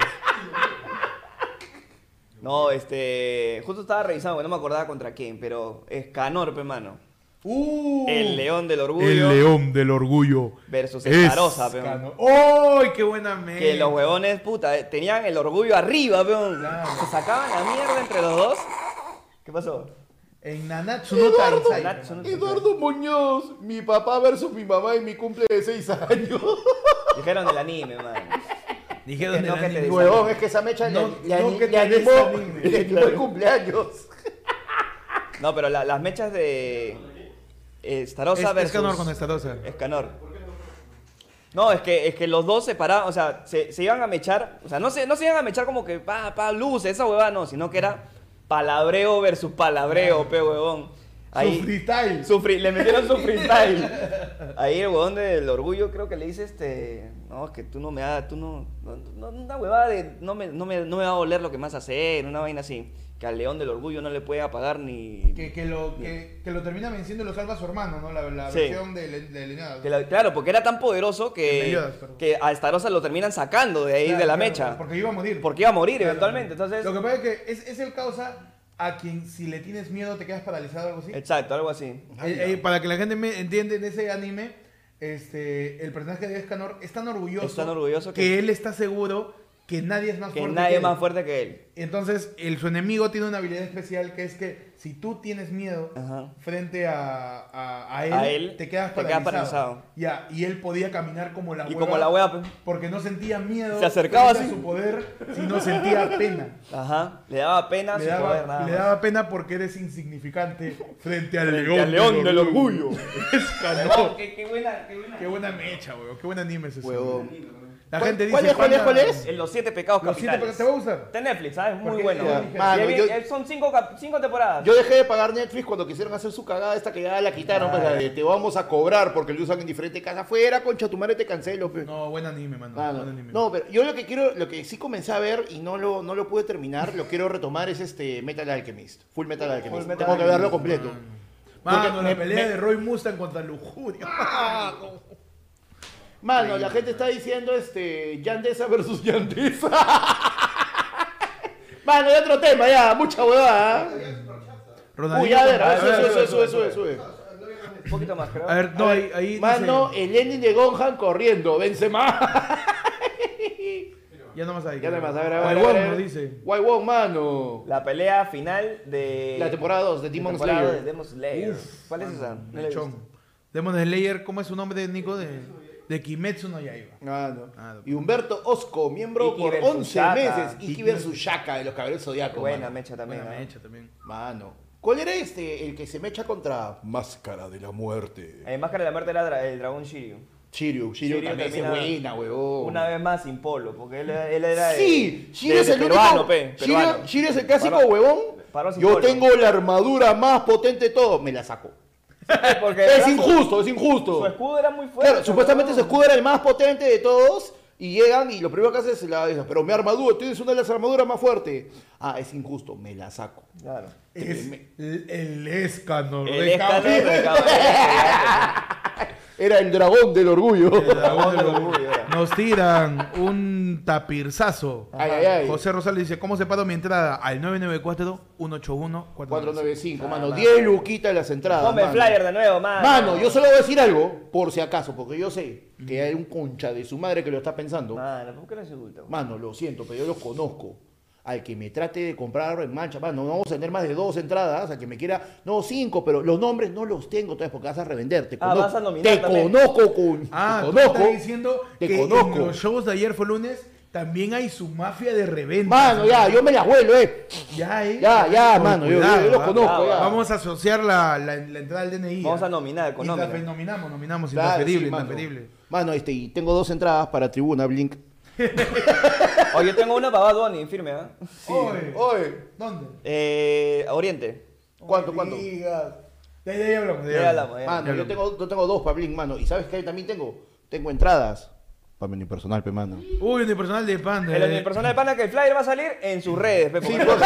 No, este. Justo estaba revisando, que no me acordaba contra quién, pero Escanor, pe, mano. Uh, El león del orgullo. El león del orgullo. Versus Escarosa, pe. Escano- ¡Ay, qué buena mecha! Que los huevones, puta, eh, tenían el orgullo arriba, peón. Claro. Se sacaban la mierda entre los dos. ¿Qué pasó? En Nanatsu no Eduardo, Taizai. Nanatsu no- Eduardo Muñoz, mi papá versus mi mamá en mi cumple de seis años. Dijeron del anime, man. Dijeron Que del no, que te anime. des- Huevón, es que esa mecha le, No, le, no ani- que le te animó, desanime. le animó el cumpleaños. No, pero la- las mechas de eh, Starosa Es, versus Escanor con Estarosa. Escanor. No, es que, es que los dos se paraban, o sea, se, se iban a mechar, o sea, no se, no se iban a mechar como que pa, pa, luz, esa huevada, no, sino que era palabreo versus palabreo, pe huevón. Ahí, Su freestyle. su free- le metieron su freestyle. Ahí el huevón del orgullo creo que le dice este, no, es que tú no me hagas, tú no, no, no, una huevada de, no me, no, me, no me va a doler lo que me vas a hacer, una vaina así. Que al león del orgullo no le puede apagar ni... Que, que, lo, que, que lo termina venciendo y lo salva su hermano, ¿no? La, la Sí. versión de, Le- de Leonardo. que la- claro, porque era tan poderoso De que, Meliodas, perdón. que a Starosa lo terminan sacando de ahí Claro, de la claro, mecha. Porque iba a morir. Porque iba a morir Claro. eventualmente, entonces... Lo que pasa es que es, es el causa a quien si le tienes miedo te quedas paralizado o algo así. Exacto, algo así. Eh, eh, para que la gente me entienda en ese anime, este, el personaje de Escanor es tan orgulloso, Es tan orgulloso que, que- él está seguro que nadie es más Que fuerte nadie que es él. más fuerte que él. Entonces, el, su enemigo tiene una habilidad especial que es que si tú tienes miedo Ajá. frente a, a, a él, A él, te quedas te quedas paralizado. paralizado. Ya, y él podía caminar como la Y hueva, como la wea, pues. porque no sentía miedo Se acercaba frente a así. su poder, sino sentía pena. Ajá. Le daba pena Le su daba, poder, nada le más. daba pena porque eres insignificante frente al Frente león, al león del orgullo. Escanor. Qué, qué buena, qué buena. Qué buena mecha, weón. Qué buen anime es ese. Huevón. La ¿Cuál- gente dice cuál es, cuál es, panda- cuál es? En los siete pecados Los siete capitales. pecados, ¿te va a gustar? Está en Netflix, ¿sabes? Muy Porque- bueno. ya, Y mano, es yo- bien- son cinco, cap- cinco temporadas. Yo dejé de pagar Netflix cuando quisieron hacer su cagada esta que ya la quitaron, pues, la de te vamos a cobrar porque lo usan en diferentes casas. Fuera, concha, tu madre te cancelo, pe. No, buen anime, mano. Ah, no. Buen anime. No, pero yo lo que quiero, lo que sí comencé a ver y no lo, no lo pude terminar, lo quiero retomar es este Metal Alchemist. Full Metal Alchemist. Full Metal Tengo que verlo Alchemist. completo. Mano, Porque la me- pelea me- de Roy Mustang contra Lujuria. Mano, la gente está diciendo este Yandesa versus Yandesa. Mano, hay otro tema ya, mucha huevada. ¿eh? Ronaldinho Uy, a ver, a contra- ver, sube, a ver, sube, sube, sube, sube. Un poquito más, creo. A ver, no, ahí, ahí Mano, dice- el ending de Gohan corriendo, vence más. Ya no más ahí. Ya no hay más, a ver, a ver. Ay, a Wong ver. nos dice. Why Wong, mano. La pelea final de... La temporada dos de la Demon temporada Slayer. de Demon Slayer. Uf, ¿Cuál es esa? No la he Mechón. visto. Demon Slayer, ¿cómo es su nombre, Nico? De, de Kimetsu no Yaiba. Ah, no. Ah, no. Y Humberto Osco, miembro Iki por versus once Shaka. meses. Iki Iki versus Shaka de los Caballeros Zodiaco. Buena mano. mecha también. Buena ¿eh? mecha también. Mano. ¿Cuál era este? El que se mecha contra Máscara de la Muerte. En Máscara de la Muerte era dra- el dragón Shiryu. Shiryu. Shiryu Shiryu también es termina buena, huevón. Una vez más sin polo, porque él, él era de, Sí, Shiryu de- es de el peruano, único. pe, Shiryu, peruano. Shiryu es el clásico Paró- huevón. paró sin Yo polo. tengo la armadura más potente de todo. Me la saco. Porque Es era su- injusto, es Su injusto. escudo era muy fuerte. Claro, supuestamente su huevón. escudo era el más potente de todos. Y llegan y lo primero que hacen es la dicen, pero mi armadura, tienes una de las armaduras más fuertes. Ah, es injusto, me la saco. Claro. Es el, el Escanor. El de escándalo Caballero. de caballero. Era el dragón del orgullo. El dragón del orgullo, era. Nos tiran un tapirzazo. Ay, ay, ay. José Rosales dice, ¿cómo se paga mi entrada? Al nueve nueve cuatro, uno ocho uno, cuatro cuatro nueve nueve cinco, Ah, mano. mano. diez luquitas las entradas. Ponme el mano. flyer de nuevo, mano. Mano, yo solo voy a decir algo, por si acaso, porque yo sé que hay un concha de su madre que lo está pensando. Mano, ¿por qué no se oculta? Mano, lo siento, pero yo los conozco. Al que me trate de comprar en mancha, mano, no vamos a tener más de dos entradas, al que me quiera, no, cinco, pero los nombres no los tengo todavía porque vas a revender. Te Ah, conozco, vas a nominar te también. conozco, con, Ah, te tú conozco. estás diciendo te que conozco. en los shows de ayer fue lunes también hay su mafia de reventa. Mano, ya, yo me las vuelo, eh. Ya, eh. Ya, ya, Con mano, yo, cuidado, yo, yo los ¿ah? conozco, Cuidado, ya. Vamos a asociar la, la, la entrada al D N I. Vamos ¿ah? a nominar con nómina. Intrafe- Nominamos, nominamos, Claro, intransferible, sí, mano. intransferible. Mano, este, y tengo dos entradas para Tribuna Blink. Oye, yo tengo una para Bad Bunny, firme, ¿ah? Oye, Oye, ¿dónde? Eh, Oriente. ¿cuánto, No cuánto? digas. De ahí, de ahí hablamos. de ahí Ya hablamos. hablamos, ya. Mano, Ya yo lo- tengo, yo tengo dos para Blink, mano. ¿Y sabes qué también tengo? Tengo entradas para mi personal, pe, mano. Uy, unipersonal de Panda. El eh. unipersonal de Panda que el flyer va a salir en sus redes, pe, Sí, porque- porque-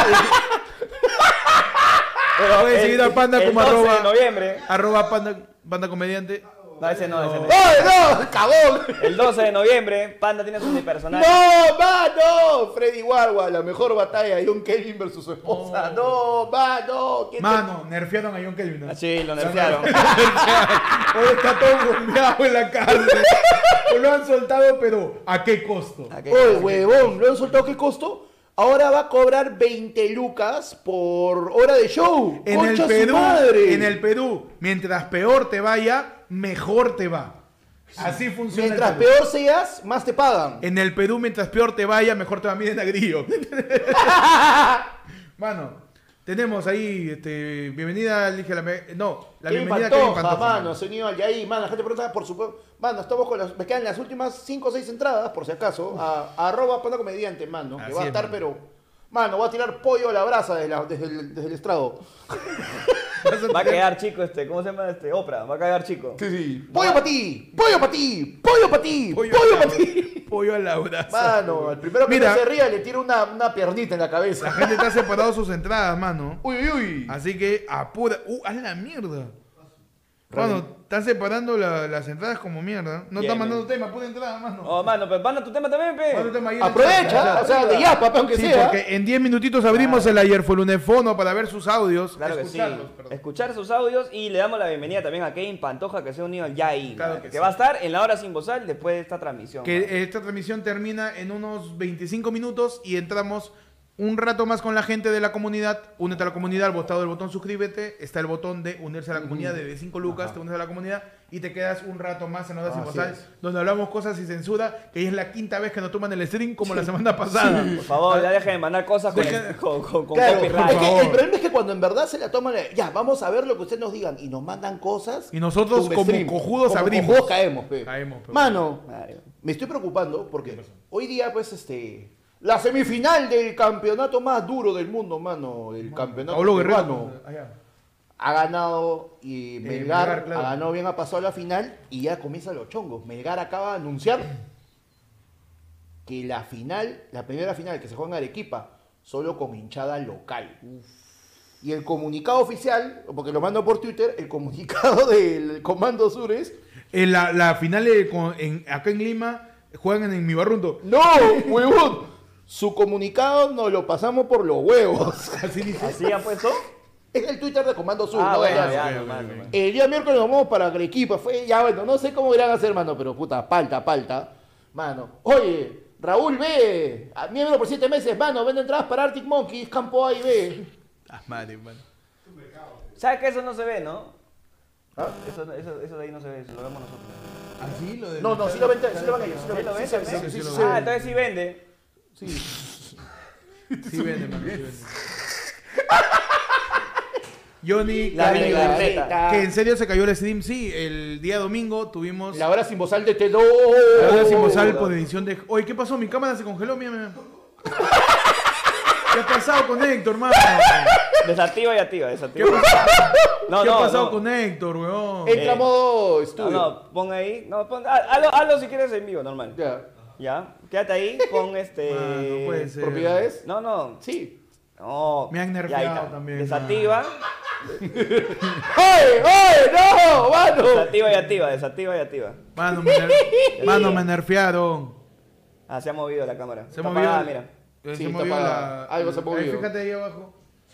Pero Pueden el- seguir a Panda el como doce arroba, de noviembre. arroba panda, panda comediante. No, ese no, ese no. ¡Oye, no! ¡Cabón! El doce de noviembre, Panda tiene su unipersonal. ¡No, mano! Freddy Warwa, la mejor batalla, John Kelvin versus su esposa. ¡No, mano! ¿Quién te- Mano, nerfearon a John Kelvin. ¿no? Ah, sí, lo nerfearon. Hoy está todo bombeado en la cárcel. O lo han soltado, pero ¿a qué costo? ¿A qué? Oye, huevón, ¿lo han soltado qué costo? Ahora va a cobrar veinte lucas por hora de show. En ¡Concha el su Perú, madre! en el Perú, mientras peor te vaya, mejor te va. Así funciona. Mientras el Perú. peor seas, más te pagan. En el Perú, mientras peor te vaya, mejor te va. Miren a Grillo. Mano, tenemos ahí, este, bienvenida, dije la me- no, la Kevin bienvenida a Kevin Pantoja, Pantoja. mano, se unió al Yair, mano, la gente pregunta, por supuesto, mano, estamos con las, me quedan las últimas cinco o seis entradas, por si acaso, a, a arroba Panda Comediante, mano, que Así va a es, estar, mano. pero, mano, va a tirar pollo a la brasa desde, la- desde el, desde el estrado. Va a quedar chico este, ¿cómo se llama este? Oprah, va a quedar chico. Sí, sí. Pollo para ti, pollo para ti, pollo para ti, pollo, Pollo, para ti. pollo a la brasa. Mano, al primero que Mira. no se ría le tira una, una piernita en la La cabeza. gente te ha separado sus entradas, mano. Uy, uy, uy. Así que apura. Uh, haz la mierda. Mano, están separando la- las entradas como mierda. No Bien, están mandando bien. tema, pura entrada, mano. Oh, mano, pero Panda tu tema también, pe. Manda tema ahí en el chat. Aprovecha, o sea, de yapa, pe, aunque Sí, sea. porque en diez minutitos abrimos el ayer fue lunefono para ver sus audios. Claro que sí. escucharlos, perdón. Escuchar sus audios y le damos la bienvenida también a Kevin Pantoja que se ha unido al Yai. Claro man, que que sí. va a estar en la hora sin bozal después de esta transmisión. man. Que esta transmisión termina en unos veinticinco minutos y entramos un rato más con la gente de la comunidad. Únete a la comunidad, al botado del botón suscríbete. Está el botón de unirse a la comunidad de cinco lucas. Ajá. Te unes a la comunidad y te quedas un rato más en Horas Sin Así Bozal, es. donde hablamos cosas sin censura, que ya es la quinta vez que nos toman el stream como la semana pasada. Por favor, ya dejen de mandar cosas con, Dejen- el- con, con- con Claro, copyright. es que favor. el problema es que cuando en verdad se la toman, eh, ya, vamos a ver lo que ustedes nos digan y nos mandan cosas. Y nosotros tumba como stream. cojudos Como abrimos. cojudos caemos, pe. Caemos, pe. Mano, Madre. me estoy preocupando porque hoy día, pues, este. La semifinal del campeonato más duro del mundo, mano. El campeonato Pablo Guerrero. peruano. Allá. Ha ganado y Melgar, Melgar, claro. ha ganado bien, ha pasado a la final y ya comienzan los chongos. Melgar acaba de anunciar que la final, la primera final que se juega en Arequipa, solo con hinchada local. Y el comunicado oficial, porque lo mando por Twitter, el comunicado del Comando Sur es: En la, la final de- con- en- acá en Lima juegan en mi barrunto. ¡No, huevón! Su comunicado nos lo pasamos por los huevos. Así dice. ¿Así han puesto? Es el Twitter de Comando Sur, Ah, no de bueno, Alianza. ya, ok, normal, ok. normal. El día miércoles nos vamos para Arequipa. Fue, ya bueno, no sé cómo irán a hacer, mano, pero puta, palta, palta. Mano, oye, Raúl B, a- miembro por siete meses, mano, vende entradas para Arctic Monkeys, campo A y B. Ah, madre, mano. ¿Sabes que eso no se ve, no? ¿Ah? Eso, eso, eso de ahí no se ve, eso lo vemos nosotros. Así lo de. No, no, sí lo ven, sí lo ven ellos. Sí lo ¿Sí ven, lo sí ves? se ve, ¿Sí? sí, sí, sí, sí, sí. se Ah, ve. entonces sí vende. Sí. Sí vende, mano, sí vende. Johnny, La Cari- bicicleta. que en serio se cayó el stream, sí, el día domingo tuvimos La hora sin bozal de T dos. la hora sin bozal por edición de... Oye, ¿qué pasó? Mi cámara se congeló, mira, mira. ¿Qué ha pasado con Héctor, hermano? Desactiva y activa, ¿Qué desactiva. ha pasado, No, ¿Qué ha no, pasado no. con Héctor, weón? Entra Eh. modo No, estudio. no, pon ahí. No, pon, ha- hazlo, hazlo si quieres en vivo, normal. Ya. Ya, quédate ahí, pon este. Ah, no puede ser. ¿Propiedades? No, no. Sí. No, Me han ya nerfeado ahí está. también, Desactiva, ¡Oye, oye, no, mano! desactiva y activa, desactiva y activa. Mano, me, ner- Mano, me nerfearon. Ah, se ha movido la cámara. Se Está movió. apagada, mira. Se Sí, está movió apagada. la. Algo se ha Ahí, movido. fíjate ahí abajo.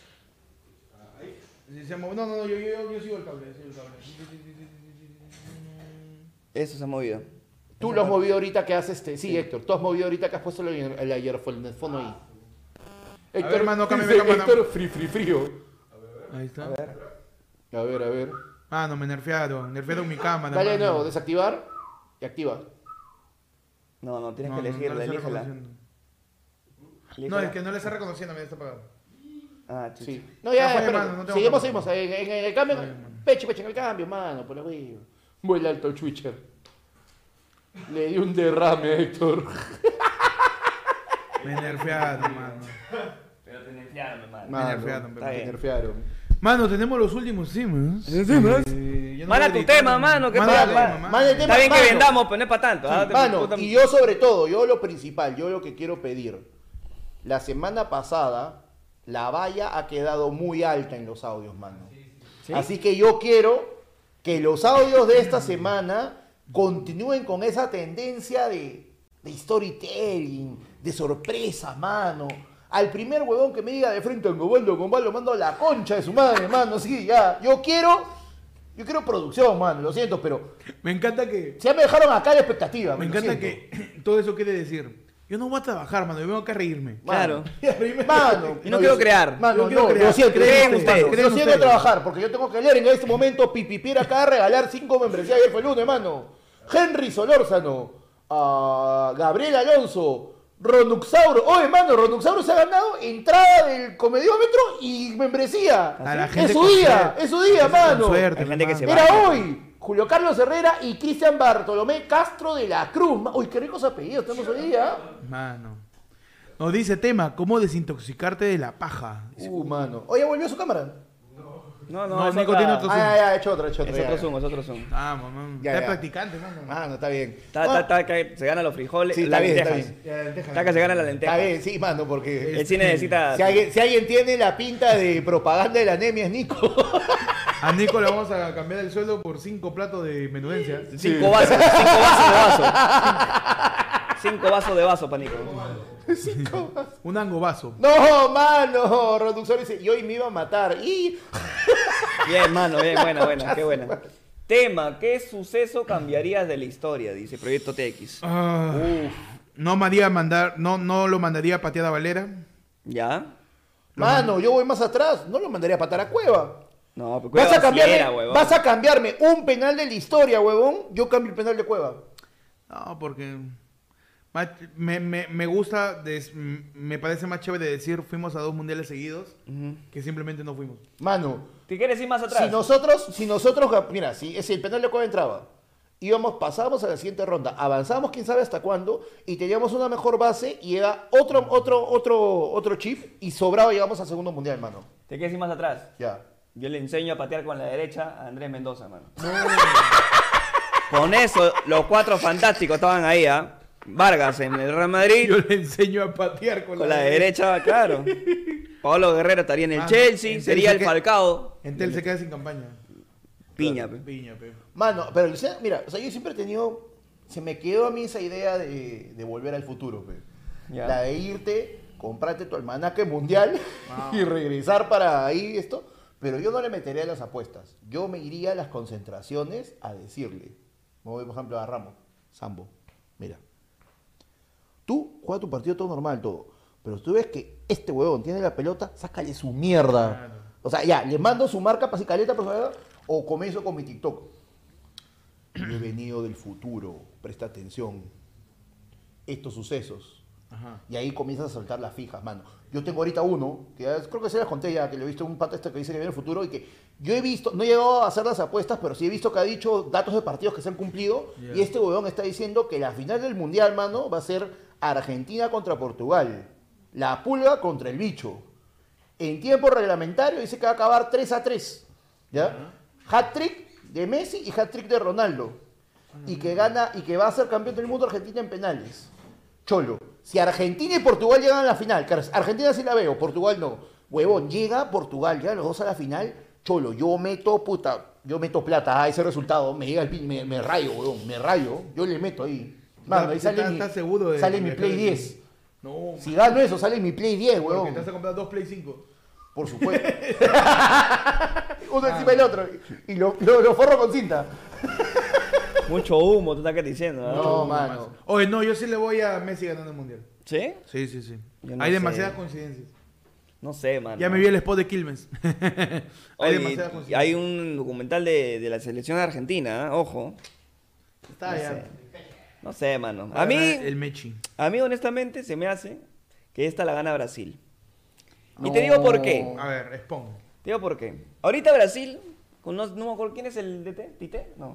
Sí, se movió. No, no, no, yo, yo, yo sigo el cable. Sigo el cable. Sí, sí, sí, sí, sí, sí, sí. Eso se ha movido. Tú lo has movido ahorita que has este. Sí, Héctor, tú has movido ahorita que has puesto el, el aerofono ahí. Héctor, hermano, cámbiame dice la cámara. Héctor, fri, fri, frío. Ahí está. A ver. A ver, a ver. Mano, me nerfearon. Nerfearon mi cámara. Dale de mano. nuevo, desactivar y activa. No, no, tienes No, que no, elegirla, no le está elígela. reconociendo. No, Elígela. es que no le está reconociendo, mira, está apagado. Ah, chucha. Sí. No, ya, Ya fue, espera. mano, no tengo seguimos, cámara. seguimos. En, en- en el cambio, Está bien, mano. peche, peche, en el cambio, mano, por la wea. Vuela alto Twitcher. Le di un derrame a Héctor. Me nerfearon, mano. Pero te nerfearon, hermano. Me nerfearon, Está Me bien. nerfearon. Mano, tenemos los últimos temas. temas? Eh, yo no Manda voy a tu editar, tema, mano. mano, que Manda para- tu para- tema, mano. manda el tema. Está bien que mano. vendamos, pero no es para tanto. ah, te- Mano, puta- y yo sobre todo, yo lo principal, yo lo que quiero pedir. La semana pasada, la valla ha quedado muy alta en los audios, mano. ¿Sí? Así que yo quiero que los audios de esta semana continúen con esa tendencia de, de storytelling, de sorpresas, mano. Al primer huevón que me diga de frente, Gobaldo, Gobaldo, mando a la concha de su madre, mano. Sí, ya. Yo quiero, yo quiero producción, mano. Lo siento, pero Me encanta que. ya me dejaron acá la expectativa. Me lo encanta siento. que todo eso quiere decir. Yo no voy a trabajar, mano. Yo vengo acá a reírme. Claro. Mano, Y no quiero yo- crear. Mano, Yo quiero no, crear. lo siento, Creen mano, ustedes. Yo Creen siento ustedes. trabajar porque yo tengo que leer en este momento Pipipier acá, regalar cinco membresías. Ayer fue el lunes, mano. Henry Solórzano, a Gabriel Alonso, Ronuxauro. Oye, mano, Ronuxauro se ha ganado entrada del comediómetro y membresía. A la Es gente su con día, suerte. es su día, Con mano. suerte, Hay gente que se hermano. va. Era hoy. Julio Carlos Herrera y Cristian Bartolomé Castro de la Cruz. Ma- Uy, qué ricos apellidos tenemos hoy día. Mano. Nos dice tema, ¿cómo desintoxicarte de la paja? Uh, mano. Oye, ¿volvió su cámara? No, no, No, es Nico otra- tiene otro Ah, ya, ya, he hecho otra, he hecho otra. Es ya, otro ya. zoom, es otro zoom. Ah, mamá. Ya, Ya, ya. practicante, mano. Mano, está bien. Está, No, está, está, que se gana los frijoles, Sí, las está bien, está lentejas. bien. Ya, lentejas. Está que se gana las Está lentejas. bien, sí, mano, porque El cine necesita... si alguien, si alguien tiene la pinta de propaganda de la anemia es Nico. A Nico le vamos a cambiar el sueldo por cinco platos de menudencia. Cinco vasos, cinco vasos de vaso. Cinco vasos de vaso, panico. Un angobazo. No, mano, Roduxor dice, y hoy me iba a matar. Y Bien, mano, bien, buena, buena, qué buena. Tema, ¿qué suceso cambiarías de la historia? Dice Proyecto T X. Ah, Uf, no me haría mandar, no, no lo mandaría a Pateada Valera. ¿ya? mano, yo voy más atrás, no lo mandaría a patar a Cueva. No, pero Vas cuidado a, cambiarme, si era, huevón. vas a cambiarme un penal de la historia, huevón. Yo cambio el penal de Cueva. No, porque ma- me, me, me gusta, des- me parece más chévere decir fuimos a dos mundiales seguidos Ujú. que simplemente no fuimos. Mano, ¿Te quieres ir más atrás? si nosotros, si nosotros, mira, si, si el penal de Cueva entraba, íbamos, pasábamos a la siguiente ronda, avanzábamos quién sabe hasta cuándo, y teníamos una mejor base, y era otro, otro, otro, otro chip, y sobrado llegamos al segundo mundial, mano. ¿Te quieres ir más atrás? Ya. Yo le enseño a patear con la derecha a Andrés Mendoza, mano. Con eso, los cuatro fantásticos estaban ahí, ¿ah? Vargas en el Real Madrid, Yo le enseño a patear con, con la derecha, claro. Pablo Guerrero estaría en el Ah, Chelsea, entonces sería el que- Falcao. Entel se queda sin campaña. Piña, pe. Piña, pe. Mano, pero o sea, mira, o sea, yo siempre he tenido, se me quedó a mí esa idea de, de volver al futuro, pe. Ya. La de irte, comprarte tu almanaque mundial Wow. y regresar para ahí esto, pero yo no le metería las apuestas. Yo me iría a las concentraciones a decirle, me voy por ejemplo a Ramos, Sambo, mira, tú juega tu partido todo normal, todo, pero tú ves que este huevón tiene la pelota, sácale su mierda. Claro. O sea, ya, le mando su marca para caleta, por favor, o comienzo con mi TikTok. Yo he venido del futuro, presta atención. Estos sucesos. Ajá. Y ahí comienzas a soltar las fijas, mano. Yo tengo ahorita uno, que ya- creo que se las conté ya, que le he visto un pata este que dice que viene el futuro y que yo he visto, no he llegado a hacer las apuestas, pero sí he visto que ha dicho datos de partidos que se han cumplido. Yeah. Y este huevón está diciendo que la final del mundial, mano, va a ser Argentina contra Portugal. La pulga contra el bicho. En tiempo reglamentario dice que va a acabar tres a tres. ¿Ya? Hat-trick de Messi y hat-trick de Ronaldo. Y que gana, y que va a ser campeón del mundo Argentina en penales. Cholo, si Argentina y Portugal llegan a la final, que Argentina sí la veo, Portugal no, huevón, llega Portugal, llegan los dos a la final, Cholo, yo meto, puta, yo meto plata a ese resultado, me llega el pin, me, me rayo, huevón, me rayo, yo le meto ahí. Mano, ahí sale ¿Estás- mi, estás seguro de- sale de mi que- Play diez. No, Si gano eso, sale mi Play diez, porque huevón. te vas a comprar dos Play cinco. Por supuesto. Uno encima del otro. Y lo, lo, lo forro con cinta. Mucho humo, tú estás que diciendo, ¿no? No, mano. Oye, no, yo sí le voy a Messi ganando el mundial. ¿Sí? Sí, sí, sí. Yo no Hay sé. demasiadas coincidencias. No sé, mano. Ya me vi el spot de Quilmes. Hay Oye, demasiadas coincidencias. hay un documental de, de la selección argentina, ¿eh? Ojo. Está no ya. sé. No sé, mano. Va A mí, El Mechi. a mí honestamente se me hace que esta la gana Brasil. Y te digo por qué. A ver, Spawn. Te digo por qué. Ahorita Brasil, con no, no me acuerdo quién es el D T, ¿Tite? No.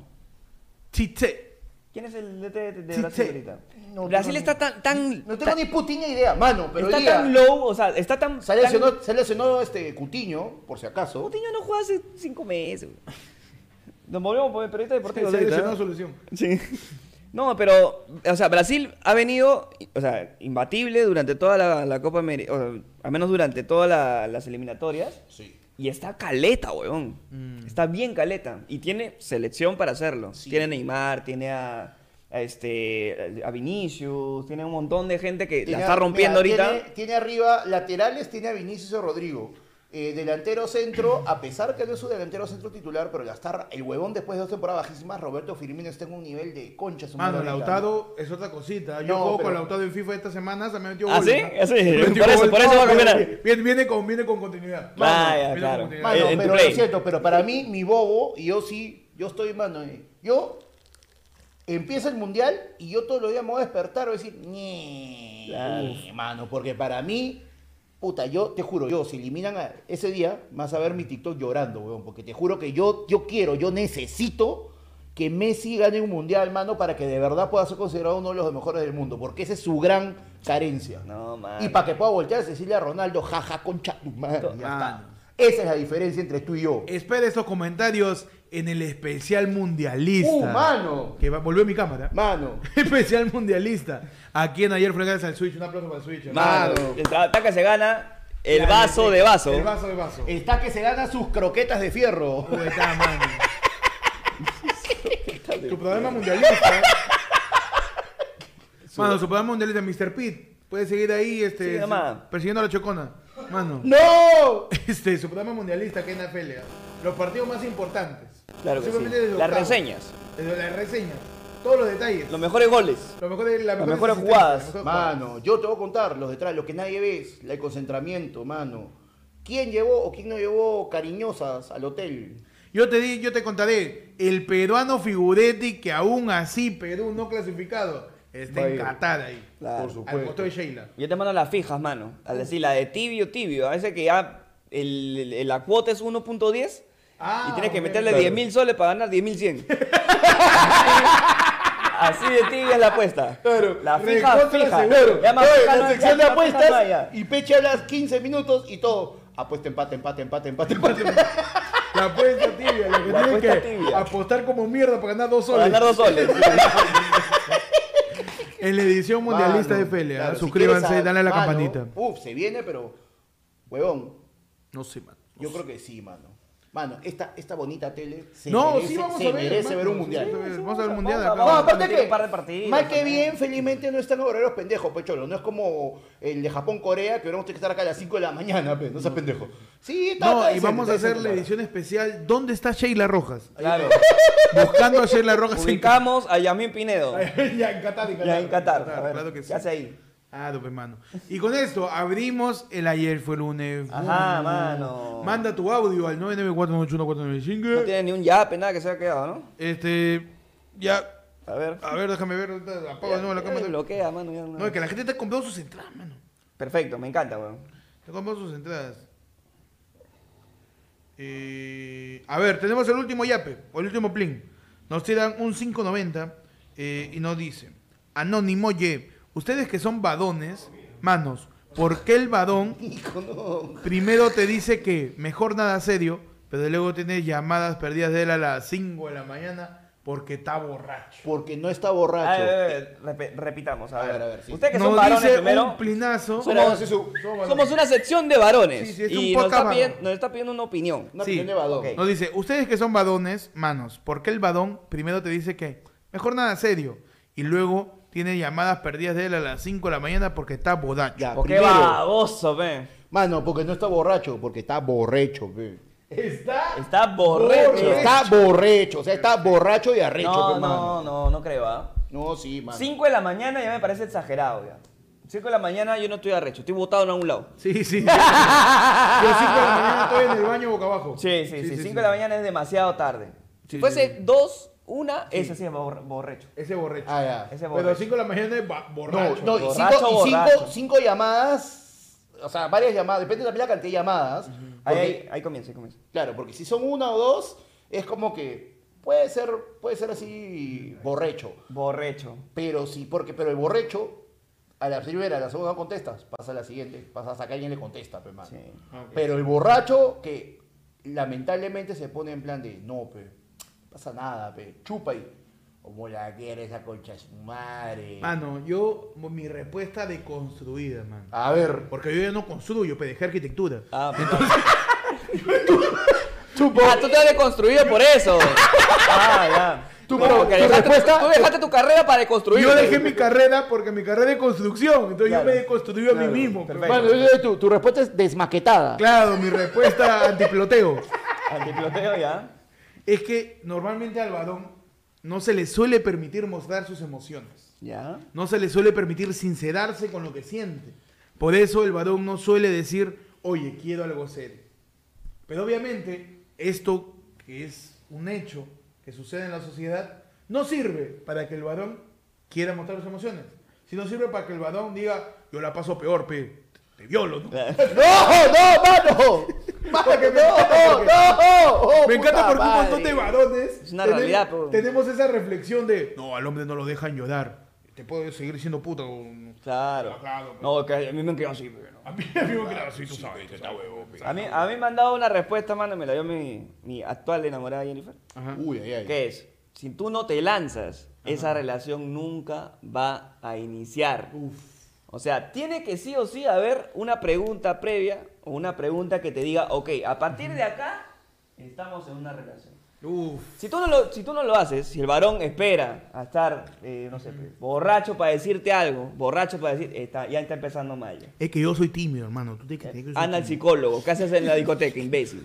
Tite. ¿Quién es el D T de, de Tite. Brasil ahorita? No Brasil tengo está ni- tan, tan, No tengo tan- ni putina idea, mano, pero está diga, tan low, o sea, está tan, Se tan- lesionó, se lesionó este Cutiño, por si acaso. Coutinho no juega hace cinco meses. güey. Nos volvemos por periodista deportivo. Se ahorita, lesionó ¿no? solución. Sí. No, pero, o sea, Brasil ha venido, o sea, imbatible durante toda la, la Copa América, o sea, al menos durante todas la- las eliminatorias. Sí. Y está caleta, weón. Mm. Está bien caleta. Y tiene selección para hacerlo. Sí. Tiene a Neymar, tiene a, a este, a Vinicius, tiene un montón de gente que la Tiene- está rompiendo mira, ahorita. Tiene, tiene arriba laterales, tiene a Vinicius y Rodrigo. Eh, delantero centro, a pesar que no es su delantero centro titular, pero ya está el huevón después de dos temporadas bajísimas, Roberto Firmino está en un nivel de concha. su Mano, madre ahorita. Lautaro es otra cosita. Yo No, juego pero- con Lautaro en FIFA esta semana, se me metió ¿Ah, gol. sí? ¿no? Ah, sí. Me metió Por eso- gol. por eso va a pero cambiar. Viene, viene con, viene con continuidad. Ah, Mano, ya, viene con claro. continuidad. Mano, En- en tu pero play. lo siento, pero para mí, mi bobo, y yo sí, yo estoy, mano, eh, yo empieza el mundial y yo todos los días me voy a despertar y voy a decir, ñe, Claro. mano, porque para mí, puta, yo te juro, yo, si eliminan a- ese día, vas a ver mi TikTok llorando, weón, porque te juro que yo, yo quiero, yo necesito que Messi gane un mundial, mano, para que de verdad pueda ser considerado uno de los mejores del mundo, porque esa es su gran carencia. No, man. Y para que pueda voltear a decirle a Ronaldo, jaja, concha tu madre, ya está. Mano. Esa es la diferencia entre tú y yo. Espera estos comentarios en el especial mundialista. ¡Uh, mano! Que va- volvió mi cámara. Mano. Especial mundialista. Aquí en ayer fue gracias al Switch. Un aplauso para el Switch. Mano, Mano. el ataque se gana el Ya, vaso el- de vaso. El vaso de vaso. Está que se gana sus croquetas de fierro. Uy, está, mano. Tu programa mundialista. Mano, su programa mundialista, mister Pete. Puede seguir ahí, este, Sí, nomás. persiguiendo a la chocona. Mano. ¡No! Este, su programa mundialista que es N F L. ¿ah? Los partidos más importantes. Claro que sí. Simplemente desde Las octavos. reseñas. Desde las reseñas. Todos los detalles. Los mejores goles. Lo mejor de- la Las mejor mejores asistencia, jugadas. las mejores jugadas. Mano, yo te voy a contar los detrás, lo que nadie ve, es el concentramiento, mano. ¿Quién llevó o quién no llevó cariñosas al hotel? Yo te di, yo te contaré, el peruano Figuretti que aún así Perú no clasificado está Va a en ir. Qatar ahí. Claro. Por supuesto. Al costado de Sheila. Yo te mando las fijas, mano. Al decir, la de tibio, tibio. A veces que ya el, el- la cuota es uno punto diez Ah, y tienes que ok, meterle claro. diez mil soles para ganar diez mil cien. Así de tibia es la apuesta. Claro. La fija, Recontra fija. seguro. Ya más Oye, fija la no- sección ya de más fija apuestas no hay, ya. y Peche hablas quince minutos y todo. Apuesta, empate, empate, empate, empate, empate. La apuesta tibia, la que La tiene apuesta que tibia. apostar como mierda para ganar dos Para soles. ganar dos soles. En la edición mundialista Mano, de F L. ¿ah? claro, si Suscríbanse, quieres dale a la mano, campanita. Uf, se viene, pero, huevón, No sé, man. yo creo que sí, mano. Mano, esta, esta bonita tele se No, merece, sí vamos se a ver. merece mano, ver un sí, mundial. sí, vamos a ver, vamos a ver un vamos, mundial. vamos, acá. No, vamos. aparte tiene que, un par de partidos, mal que ¿no? bien, felizmente no están horarios pendejos, pecholo. No es como el de Japón-Corea, que ahorita que estar acá a las cinco de la mañana, pe, no seas pendejo. Sí, está, No, está y decente, vamos a está hacer la decente, edición especial. ¿Dónde está Sheila Rojas? Claro. Buscando a Sheila Rojas en Ubicamos a Yamín Pinedo. ya en Qatar, en Qatar. Ya en Qatar. A ver, claro que sí. ¿qué hace ahí? Ah, pues, mano. Y con esto abrimos el ayer fue lunes. Ajá, Uh. mano. Manda tu audio al nueve nueve cuatro nueve ocho uno cuatro nueve cinco. No tiene ni un yape, nada que se haya quedado, ¿no? Este, ya, A ver. a ver, déjame ver, ahorita apago de nuevo la Ya, cámara. bloquea, mano. ya no. No, es que la gente está comprando sus entradas, mano. Perfecto, me encanta, weón. Está comprando sus entradas. Eh, a ver, tenemos el último yape, o el último plin. Nos tiran un cinco noventa eh, y nos dice, Anónimo Y, ustedes que son badones, manos, ¿por qué el badón Hijo, no. primero te dice que mejor nada serio, pero luego tienes llamadas perdidas de él a las cinco de la mañana porque está borracho. Porque no está A borracho. ver, a ver, repe- repitamos, a A ver. ver, a ver, sí. Ustedes que Nos son varones dice primero. un plinazo. Somos- Somos, su- Somos varones. Somos una sección de varones. Sí, sí, es un y nos podcast está, pidiendo, varón. nos está pidiendo una opinión. una Sí. opinión de Badón. Ok. Nos dice, ustedes que son vadones, manos, ¿por qué el vadón primero te dice que mejor nada serio? Y luego tiene llamadas perdidas de él a las cinco de la mañana porque está bodacho. Ya, ¿Por qué primero. baboso, ve? Mano, porque no está borracho, porque está borracho, pe. Está... Está borracho. Borracho. Está borracho, o sea, está borracho y arrecho, No, pe, no, mano. no, no creo, ¿ah? No, sí, mano. cinco de la mañana ya me parece exagerado, ya. cinco de la mañana yo no estoy arrecho, estoy botado en algún lado. Sí, sí. Yo a las cinco de la mañana estoy en el baño boca abajo. Sí, sí, sí. cinco de la mañana es demasiado tarde. Si Sí, fuese sí. dos, una, ese sí es bor- borracho. Ese borracho. Ah, ya. Ese Pero borracho. cinco de la mañana es ba- borracho. No, no, y Borracho, cinco, y cinco, borracho. cinco llamadas, o sea, varias llamadas, depende también de la cantidad de llamadas. Ahí, porque- ahí, ahí comienza, ahí comienza. Claro, porque si son una o dos, es como que puede ser, puede ser así borracho. Borracho. Pero sí, porque, pero el borracho, a la primera, a la segunda no contestas, pasa a la siguiente, pasa hasta que alguien le contesta, pe, mano. Sí. Ok. Pero el borracho que lamentablemente se pone en plan de, no, pe, no pasa nada, pe, chupa y, como la quiere esa concha de su madre. Mano, yo, mi respuesta deconstruida, man. A ver, Porque yo ya no construyo, pero dejé arquitectura. Ah, Chupo. Ah, tú te has deconstruido por eso. Ah, ya. Tú, No, pero, porque ¿tu dejaste, respuesta? tú dejaste tu carrera para deconstruir. Yo dejé mi carrera porque mi carrera es construcción. Entonces Claro. yo me deconstruí a Claro, mí mismo. perfecto. Mano, yo- tu, tu respuesta es desmaquetada. Claro, mi respuesta antiploteo. Antiploteo ya. Es que normalmente al varón no se le suele permitir mostrar sus emociones. Ya. No se le suele permitir sincerarse con lo que siente. Por eso el varón no suele decir, oye, quiero algo serio. Pero obviamente, esto que es un hecho que sucede en la sociedad, no sirve para que el varón quiera mostrar sus emociones. Sino sirve para que el varón diga, yo la paso peor, pe, te violo, ¿no? ¡No, no, mano! ¡Mano, Porque me no, encanta no, porque- no! ¡Oh, Me encanta puta porque un madre! montón de varones Es una tenemos, realidad, po. tenemos esa reflexión de, no, al hombre no lo dejan llorar. Te puedo seguir siendo puta. o- Claro. Claro, No, que a mí me han quedado así, pero no. A mí, a mí me queda así, tú sabes, está huevo. pe. A mí, a mí me han dado una respuesta, mano, me la dio mi, mi actual enamorada Jennifer. Ajá. Uy, ay, ay. Que es, si tú no te lanzas, esa relación nunca va a iniciar. Uf. O sea, tiene que sí o sí haber una pregunta previa o una pregunta que te diga, ok, a partir de acá estamos en una relación. Uf. Si tú no lo, si tú no lo haces, si el varón espera a estar, eh, no sé, pues, borracho para decirte algo, borracho para decir, está, ya está empezando mal. ya. Es que yo soy tímido, hermano. Tú tienes que creer que yo soy Anda al tímido. psicólogo, ¿qué haces en la discoteca, imbécil?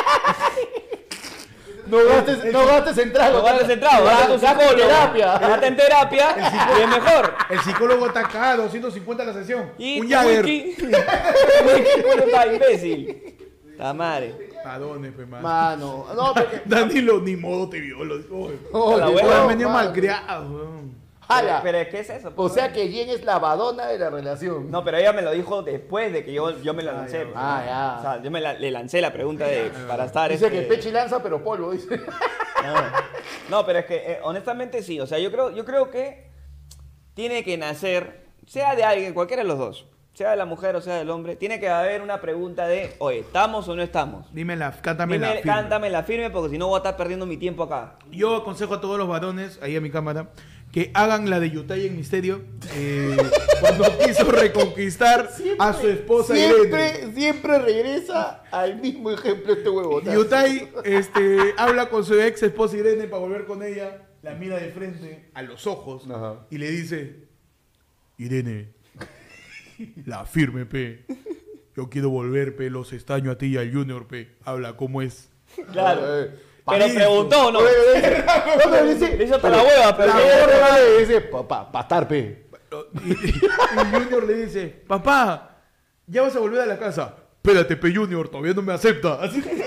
No gastes, no gastes en trago. No gastes en trago, Gasta- gasta tu gasta en psicólogo. terapia. Gasta en terapia y es mejor. El psicólogo está acá, doscientos cincuenta la sesión. Y un tu Jagger. wiki, tu wiki, bueno, está imbécil. La madre. ¿A dónde, pe, mano? Mano, no, porque... Danilo, ni modo te violo. Oye, Oh, la de hueva, todo, han venido mano. malcriados, weón. Jala. Pero, pero ¿qué es eso? O sea que Jen es la badona de la relación. No, pero ella me lo dijo después de que yo, yo me la lancé. pues. Ah, ya. O sea, yo me la- le lancé la pregunta de para estar. Dice este, que Pechi lanza, pero polvo, dice. No, no, pero es que eh, honestamente sí. O sea, yo creo, yo creo que tiene que nacer, sea de alguien, cualquiera de los dos, sea de la mujer o sea del hombre, tiene que haber una pregunta de, oye, ¿estamos o no estamos? Dímela, cántamela. Dime, firme. cántamela firme porque si no voy a estar perdiendo mi tiempo acá. Yo aconsejo a todos los varones, ahí a mi cámara, que hagan la de Yutay en Misterio eh, cuando quiso reconquistar a su esposa Irene. Siempre, siempre regresa al mismo ejemplo este huevo. Yutay este, habla con su ex esposa Irene para volver con ella, la mira de frente a los ojos Ajá. y le dice, Irene, la firme, pe. Yo quiero volver, pe, los extraño a ti y al Junior, pe. Habla cómo es. Claro. Eh, Pero listo. preguntó, ¿no? Oye, dice- no, pero dice- Le hizo hasta la hueva, pero... La gorra le dice, pa, pa, pa estar, pe. Y, y- y Junior le dice, papá, ya vas a volver a la casa. Espérate, pe Junior, todavía no me acepta. Así que-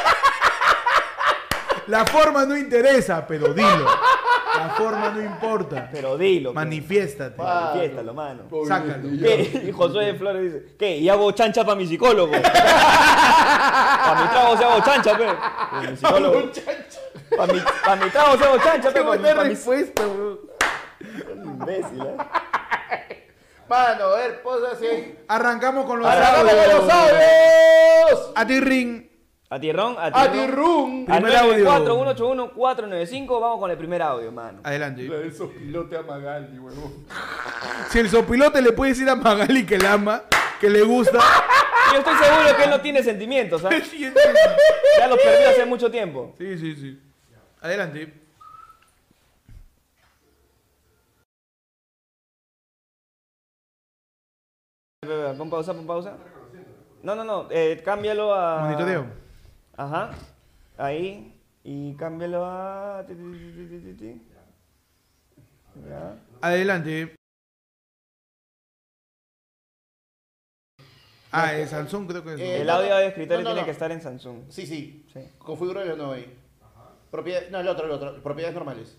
La forma no interesa, pero dilo. La forma no importa. Pero dilo. pues. Manifiéstate. Va. Manifiéstalo, mano. Sácalo. ¿Qué? Y Josué de Flores dice, ¿qué? Y hago chancha para mi psicólogo. Para mi trago se hago chancha, pe. Pues mi psicólogo. Para mi, pa' mi trago se hago chancha, pe. Qué Pa' mi- buena pa' mi- respuesta, weón. Imbécil, ¿eh? Mano, a ver, posa así. Arrancamos con los ¡Arrancamos audios. con los audios! A ti, Ring. A tierrón, a ¡A tierrón. Tirrún! Al Primer audio. nueve cuatro uno ocho uno cuatro nueve cinco, vamos con el primer audio, mano. Adelante. La de esos pilotes a Magali, huevón. Si el sopilote le puede decir a Magali que la ama, que le gusta. Yo estoy seguro que él no tiene sentimientos, ¿sabes? Sí, Ya los perdió hace mucho tiempo. sí, sí. Adelante. Pon pausa, pon pausa. No, no, no, eh, cámbialo a... Monitoreo. Ajá, ahí. Y cámbialo a... ti, ti, ti, ti, ti, ti. Ya. Adelante. Ah, es Samsung creo que es. Eh, El no, audio no. de escritorio No, no, tiene no. que estar en Samsung. Sí, sí. Sí. Configura el nuevo ahí. Propiedad... No, el otro, el otro. Propiedades normales.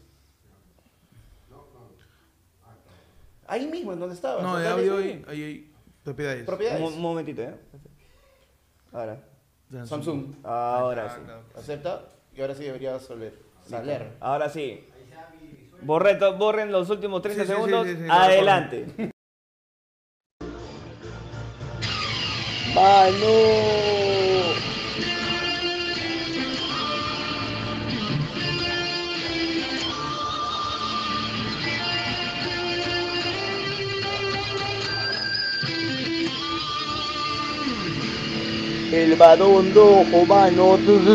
Ahí mismo, en donde estaba. No, de Dale, audio sí. ahí, ahí, ahí. Propiedades. Un, Propiedades. mo- un momentito, ¿eh? Ahora. Samsung. Ahora sí. Acepta. Y ahora sí debería salir. Saler. Ahora sí. Borre to- borren los últimos treinta Sí, sí, segundos. sí, sí, sí, Adelante. ¡Mano! El balón rojo, mano.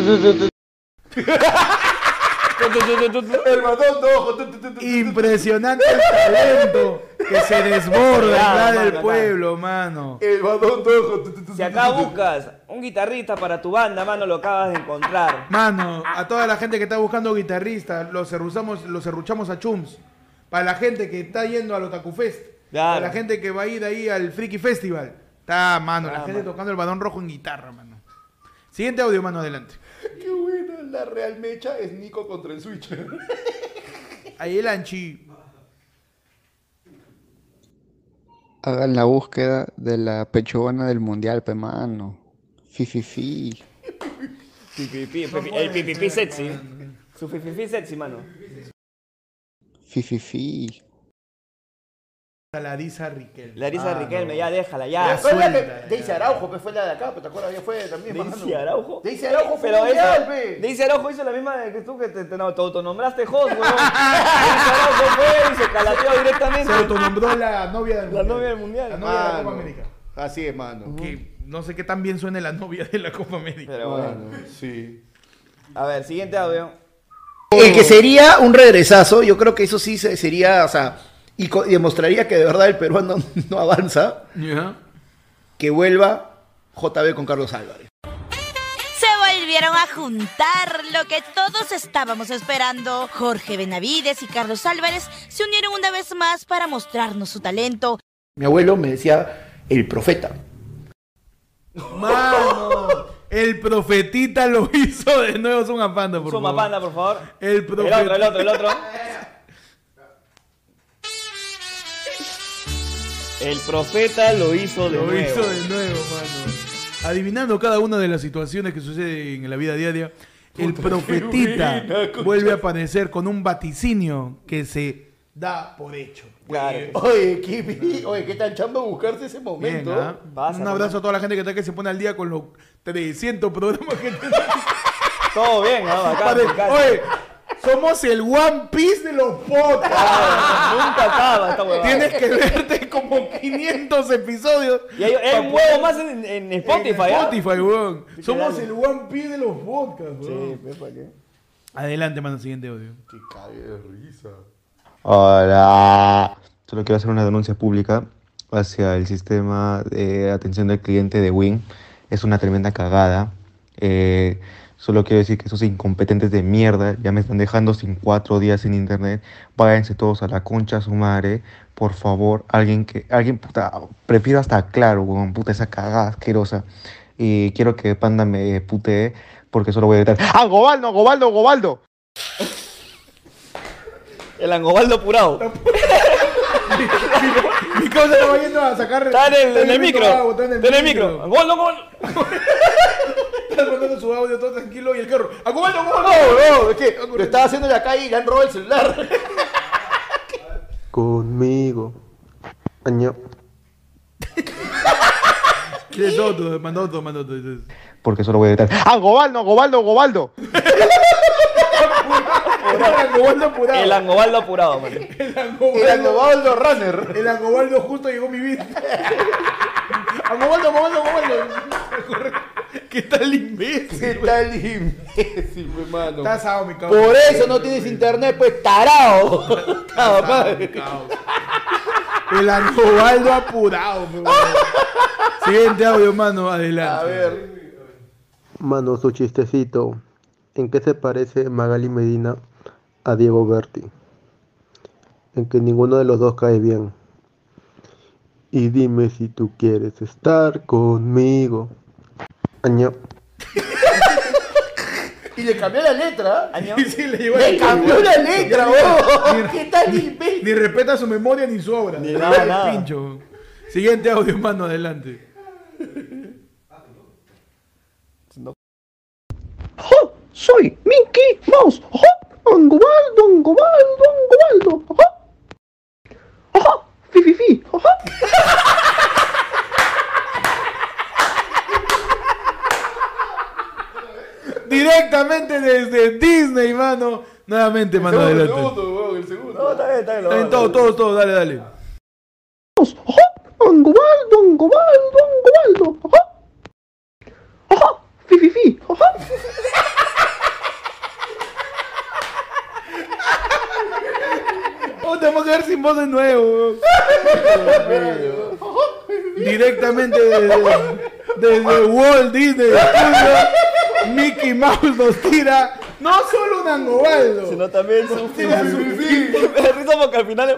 El balón rojo. Impresionante el talento que se desborda Ya, acá mano, del acá. pueblo, mano. El balón rojo. Si acá buscas un guitarrista para tu banda, mano, lo acabas de encontrar. Mano, a toda la gente que está buscando guitarrista, los cerruchamos, los cerruchamos a Chums. Para la gente que está yendo al Otaku Fest. Claro. Para la gente que va a ir ahí al Freaky Festival. Está, mano, la Ah, gente mano. tocando el balón rojo en guitarra, mano. Siguiente audio, mano, adelante. Qué buena. La real mecha es Nico contra el Switch. Ahí el anchi. Hagan la búsqueda de la pechugona del mundial, pe mano. Fi, fi, fi. Pipipi, pipi- el pipipi sexy. Su pipipi sexy, mano. Fi, fi, fi. Larisa Riquelme. Larisa Ah, Riquelme, no. ya déjala, Ya ya. suelta, ya. Daisy Araujo, pues fue la de acá, pero te acuerdas, ya fue también. Daisy mano. Araujo. Daisy Araujo fue Pero mundial, esa, pe. Daisy Araujo hizo la misma de que tú, que te, te, no, te autonombraste host, weón. Daisy Araujo fue y se calateó directamente. Se autonombró la novia del La mundial. novia del mundial. La novia de la Mano. Copa América. Así es, mano. Que no sé qué tan bien suene la novia de la Copa América. Pero bueno. Mano, sí. A ver, siguiente audio. El que sería un regresazo, yo creo que eso sí se- sería, o sea, y, co- y demostraría que de verdad el peruano no avanza, Ya. que vuelva J B con Carlos Álvarez. Se volvieron a juntar, lo que todos estábamos esperando. Jorge Benavides y Carlos Álvarez se unieron una vez más para mostrarnos su talento. Mi abuelo me decía el profeta. Mano, el profetita lo hizo de nuevo. Suma Panda, por Suma favor. Panda, por favor. El El profeta. otro, el otro, el otro. El profeta lo hizo de Lo nuevo. hizo de nuevo, mano. Adivinando cada una de las situaciones que suceden en la vida diaria, el profetita qué buena, concha. vuelve a aparecer con un vaticinio que se da por hecho. Claro. Oye, qué, oye, qué tan chamba buscarse ese Bien, momento. ¿ah? Pasa, Un abrazo a toda la gente que está que se pone al día con los trescientos programas que tenemos. Todo bien, ¿no? Acá, Padre, acá. Oye, somos el One Piece de los podcasts. Claro, nunca acaba esta huevada. Tienes que verte como quinientos episodios. Y hay, hay un huevo más en, en Spotify, En ¿ah? Spotify, weón. Sí, Somos dale. el One Piece de los podcasts, Sí, weón. pues, ¿para qué? Adelante, mano, siguiente audio. Que cague de risa. Hola. Solo quiero hacer una denuncia pública hacia el sistema de atención del cliente de Win. Es una tremenda cagada. Eh, solo quiero decir que esos incompetentes de mierda ya me están dejando sin cuatro días sin internet. Váyanse todos a la concha a su madre. Por favor, alguien que, alguien, puta, prefiero hasta Claro, weón, puta, esa cagada asquerosa. Y quiero que Panda me putee porque solo voy a gritar ¡Ah, Gobaldo, Gobaldo, Gobaldo! El Angobaldo Purao. Mi causa estaba yendo a sacar. Está en el, en el micro. agua, está en el Está en el micro. Angobaldo, Angobaldo. Está mandando su audio todo tranquilo y el carro. ¡Acuérdate, No, no, es que lo estaba haciendo en la calle y le han robado el celular. Conmigo. Año. ¿Qué es otro? Mandó otro, mandó otro. porque solo voy a gritar ¡Ah, Gobaldo, Gobaldo, Gobaldo! El Angobaldo apurado. El Angobaldo apurado, man. El Angobaldo. El Angobaldo Runner. El Angobaldo justo llegó mi vida. Angobaldo, Angobaldo, Angobaldo. ¿Qué tal imbécil? ¿Qué tal imbécil, hermano? Está asado, mi cabrón. Por eso no tienes internet, pues tarao. Tarao, padre. El Angobaldo apurado, mi hermano. Siguiente audio, mano, adelante. A ver. Mano, su chistecito. ¿En qué se parece Magali Medina a Diego Berti? En que ninguno de los dos cae bien. Y dime si tú quieres estar conmigo. Año. Y le cambió la letra. Año. Sí, sí, le llegó Le el- cambió la letra, weón. ¿Qué tal imbécil? Ni respeta su memoria ni su obra. Ni nada, El nada. pincho. Siguiente audio, mano, adelante. ¡Oh! ¡Soy Mickey Mouse! ¡Oh! ¡Angobaldo, Angobaldo, Angobaldo! ¡Oh! ¡Oh! ¡Fi, fi, fi! ¡Oh! Directamente desde Disney, mano. Nuevamente, mano, El adelante. segundo, weón, el segundo. No, está bien, está bien. Está bien, todo, todo, todo, dale, dale. ¡Oh! ¡Angobaldo, Angobaldo, Angobaldo! ¡Oh! ¡Oh! ¡Fi, fi, fi! ¡Oh! Oh, te vamos a quedar sin voz de nuevo. Directamente desde, desde Walt Disney Studios, Mickey Mouse nos tira no solo un Angobaldo, Sino también su tira su fin. Me risa porque al final es...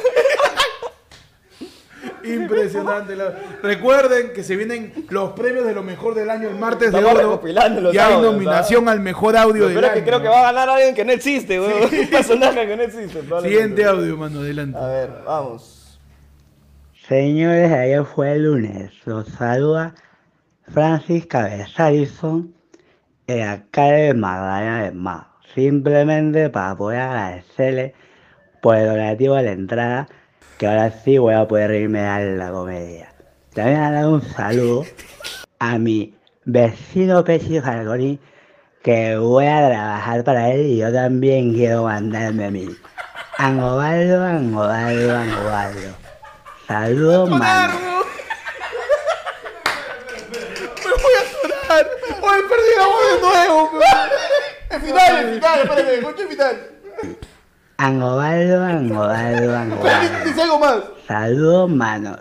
Impresionante. la- Recuerden que se vienen los premios de lo mejor del año el martes de Estamos oro. recopilando los Y hay audios, nominación al mejor audio Lo del peor es año. que creo que va a ganar alguien que no existe, weón. Un personaje que no existe. probablemente. Siguiente audio, mano, adelante. A ver, vamos. Señores, ayer fue el lunes. Los saluda Francis Cabezalison, el alcalde de Magdalena del Mar. Simplemente para poder agradecerle por el donativo de la entrada, que ahora sí voy a poder irme a la comedia. También a dar un saludo a mi vecino Pechi Falconi, que voy a trabajar para él y yo también quiero mandarme a mí. Angobaldo, Angobaldo, Angobaldo. Saludos, mano. Me voy a llorar. Hoy perdí la voz de nuevo. El final, el final, espérate, escucha el final. Angobaldo, Angobaldo, Angobaldo. Dice algo más. Saludos, manos.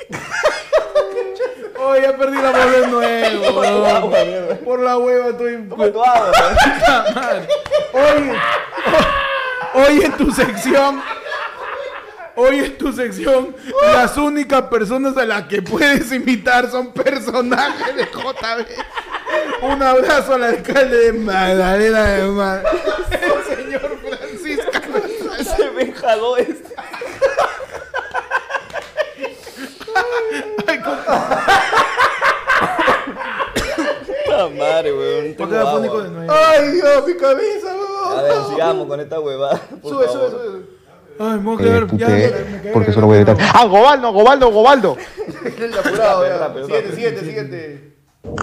Hoy ya perdí la voz de nuevo. Toma tu agua, mierda. Por la hueva estoy. Toma tu agua, weón. Puta madre. Hoy, hoy en tu sección, hoy en tu sección, las únicas personas a las que puedes imitar son personajes de J B. Un abrazo al alcalde de Magdalena de Mar, el señor Francisco. Se me jaló este. Ay, compa- Puta madre, weón. Porque Tengo era agua. fónico de nuevo. Ay, Dios, mi cabeza, A weón. ver, sigamos con esta huevada. por Sube, favor. sube, sube. Ay, me voy a Eh, quedar. puté, Ya, me quedé porque solo voy a gritar ¡Ah, Gobaldo, Gobaldo, Gobaldo! El apurado, ya. Rápido, Siguiente, rápido. siguiente, siguiente.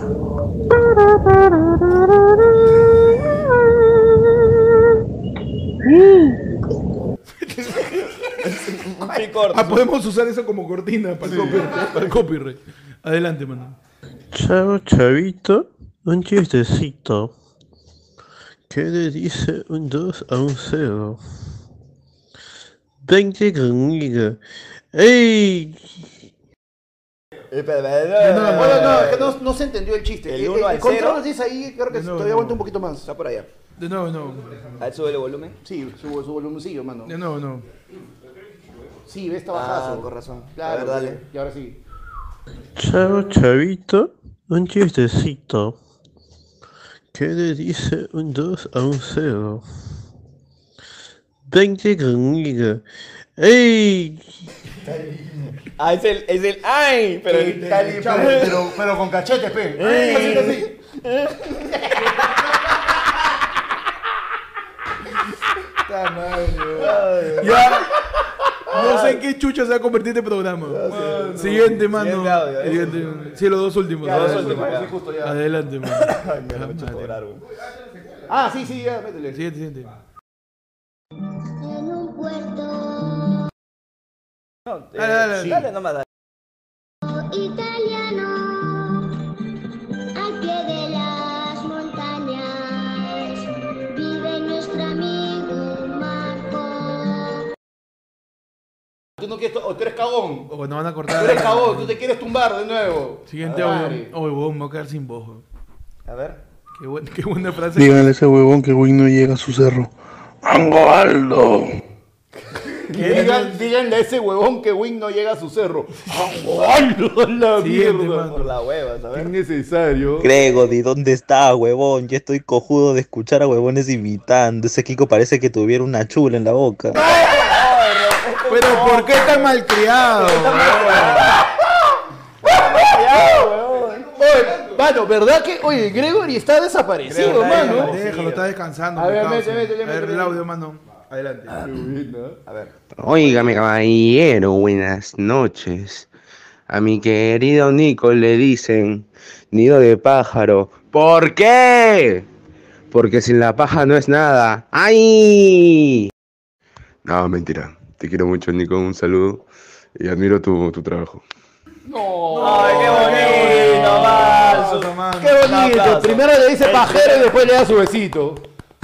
Muy corto. Ah, podemos usar eso como cortina para el copyright. Para el copyright. Adelante, mano. Chavo chavito, un chistecito. ¿Qué le dice un dos a un cero? Vente conmigo. ¡Ey! Espera, No, espera, no, Bueno, no, es que no, no se entendió el chiste. El El, uno al el control cero. nos dice ahí, creo que No, todavía no. aguanta un poquito más. Está por allá. De nuevo, no. A ver, sube el volumen. Sí, su, su volumencillo, mano. De nuevo, no. Sí, ve, está Ah, bajazo. con razón. Claro, A ver, dale. Y ahora sí. Chavo chavito, un chistecito. ¿Qué le dice un dos a un cero? Vente conmigo. ¡Ey! Ah, es el, es el ay, pero el Cali, pero, pero con cachetes, pe. Así, así. Ya. No sé en qué chucha se va a convertir este programa. Mano. Siguiente, mano. Siguiente audio, ¿eh? Siguiente. Sí, los dos últimos. Ya, los los últimos, últimos, ya. sí, justo ya. Adelante, mano. Ay, me lo he hecho cobrar, güey. Ah, sí, sí, ya, métele. Siguiente, siguiente. En un puerto No, eh, Dale, dale, sí. dale. Dale nomás, dale. italiano, al pie de las montañas, vive nuestro amigo Marco. Tú no quieres, o tú eres cagón. O nos van a Tú cortar. eres cagón, tú te quieres tumbar de nuevo. Siguiente Madre. audio. Oh, huevón, me voy a quedar sin voz. weón. A ver. Qué, buen- qué buena frase. Díganle a ese huevón que Win no llega a su cerro. ¡Mango Aldo! Digan, díganle a ese huevón que Win no llega a su cerro. ¡Ay, la Siguiente, mierda! mano. Por la hueva, ¿sabes? Innecesario. Gregory, ¿dónde está, huevón? Yo estoy cojudo de escuchar a huevones imitando. Ese Kiko parece que tuviera una chula en la boca. Pero ¿por qué tan malcriado? Oye, mano, ¿verdad que? Oye, Gregory está desaparecido, Gregory está mano. Déjalo, está descansando. A mi ver, causa. métele, métele, A ver, métele. el audio, mano. Adelante. A ver. Óigame, caballero, buenas noches. A mi querido Nico le dicen nido de pájaro. ¿Por qué? Porque sin la paja no es nada. ¡Ay! No, mentira. Te quiero mucho, Nico. Un saludo. Y admiro tu, tu trabajo. ¡Ay, qué bonito, Manso! mano. Qué bonito. aplauso. Primero le dice pajero y después le da su besito.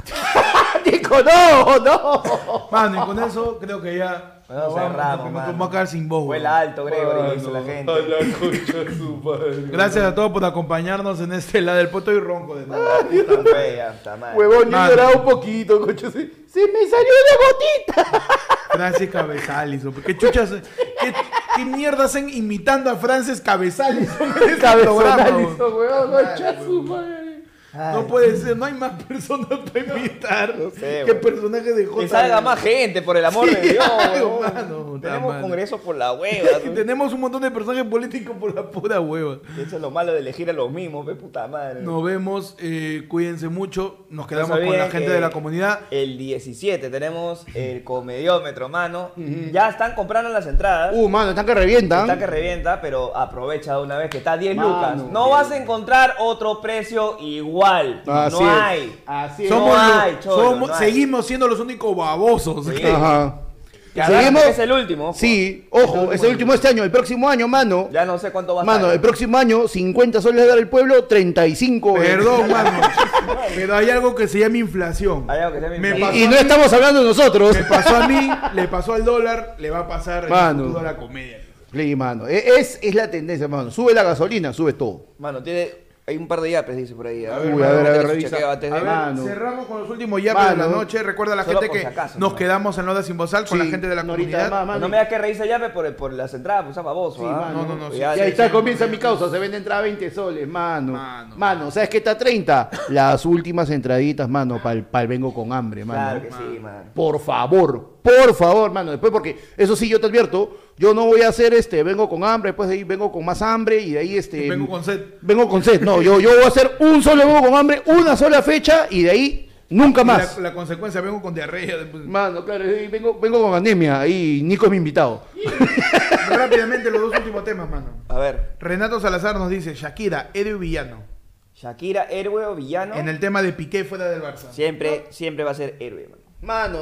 Nico, no, no. Mano, y con eso creo que ya. Bueno, nos vamos, cerramos, porque mano. nos vamos a quedar sin voz. Vuela weón. alto, Gregory, dice la gente. A la concha de su madre. Gracias a todos por acompañarnos en este lado del puesto y ronco de nuevo. Está fea, está mal. Huevón, yo Mano. lloraba un poquito, concha. Se, se me salió una gotita. Francis Cabezalison. ¿Qué chuchas? ¿Qué, qué mierda hacen imitando a Francis Cabezalison en este programa? Cabezonalizo, weón? huevón, concha de su madre. No puede ser, no hay más personas para imitar sé, que weón. personajes de J. Que salga más gente, por el amor de Sí, Dios. algo, weón. mano, puta Tenemos madre. congreso por la hueva. Y tenemos un montón de personajes políticos por la pura hueva. Eso es lo malo de elegir a los mismos, ve puta madre. Nos vemos, eh, cuídense mucho. Nos No quedamos se con la olviden gente que de la comunidad. El diecisiete tenemos el comediómetro, mano. Ya están comprando las entradas. Uh, mano, están que revientan. Está que revienta, pero aprovecha de una vez que está a diez Mano, lucas. No bien. vas a encontrar otro precio igual. Así no es. hay. Así es. Somos no los- hay, cholo, somos- no hay. seguimos siendo los únicos babosos. Sí. Ajá. Que agarra Seguimos. que es el último. ojo. Sí, ojo, es el último de este año. El próximo año, mano. Ya no sé cuánto va a Mano, estar. el próximo año, cincuenta soles dar el pueblo, treinta y cinco. Perdón, mano. Pero hay algo que se llama inflación. Hay algo que se llama Me inflación. pasó Y, y a no mí, estamos hablando de nosotros. Me pasó a mí, le pasó al dólar, le va a pasar en Mano. el futuro a la comedia. Sí, mano. E- Es, es la tendencia, mano. Sube la gasolina, sube todo. Mano, tiene. Hay un par de yapes, dice por ahí. A ver, Uy, a ver, a ver, Chequeo revisa. antes de- A ver, Mano. cerramos con los últimos yapes de la Mano. noche. Recuerda a la Solo gente por que si acaso, nos mano. quedamos en Noda Sin Bozal con Sí, la gente de la no, ahorita comunidad. más, mano. No me digas que revisa yape por, por las entradas, pues, baboso. Sí, ¿ah? mano. No, no, no, Pues sí. ya, Y sí, ahí está, sí. comienza mi causa. Se vende entrada a veinte soles, mano. Mano. Mano, ¿sabes qué está treinta? Las últimas entraditas, mano, para el Vengo con Hambre, mano. Claro que sí, mano. Por favor, por favor, mano. Después, porque eso sí, yo te advierto, yo no voy a hacer este, vengo con hambre, después de ahí vengo con más hambre y de ahí este. Vengo con sed. Vengo con sed. No, yo, yo voy a hacer un solo vengo con hambre, una sola fecha y de ahí nunca Y más. La, la consecuencia, vengo con diarrea. después. Mano, claro, y vengo, vengo con anemia y Nico es mi invitado. Rápidamente los dos últimos temas, mano. A ver, Renato Salazar nos dice, Shakira, héroe y villano. Shakira, héroe o villano. En el tema de Piqué fuera del Barça. Siempre, siempre va a ser héroe, mano. Mano,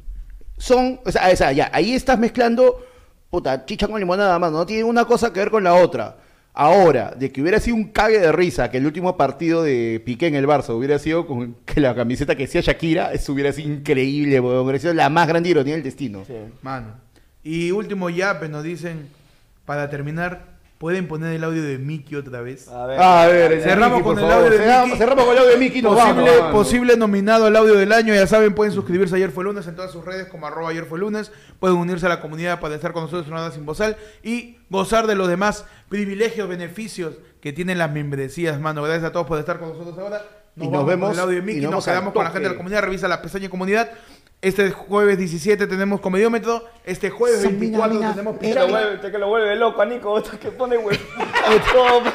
son, o sea, o sea, ya, ahí estás mezclando, puta, chicha con limonada, mano, no tiene una cosa que ver con la otra. Ahora, de que hubiera sido un cague de risa que el último partido de Piqué en el Barça hubiera sido con que la camiseta que decía Shakira, eso hubiera sido increíble, weón, hubiera sido la más grande ironía del destino. Sí. Mano. Y último yape nos dicen, para terminar, ¿pueden poner el audio de Mickey otra vez? A ver, A ver, Cerramos Miki, con por el favor, audio de cerramos- Miki. cerramos con el audio de Miki, nos Posible, vamos, mano. posible nominado al audio del año, ya saben, pueden suscribirse a Ayer Fue Lunes en todas sus redes como arroba Ayer Fue Lunes, pueden unirse a la comunidad para estar con nosotros en Nada Sin Bozal y gozar de los demás privilegios, beneficios que tienen las membresías, mano. Gracias a todos por estar con nosotros ahora. Y nos vamos vemos- con el audio de y Miki, nos nos, vemos al quedamos con la toque. gente de la comunidad, revisa la pestaña comunidad. Este jueves diecisiete tenemos Comediómetro, este jueves Samina, veinticuatro mina, tenemos Te lo vuelve, te que lo vuelve loco a Nico, hasta que pone güey. Todo.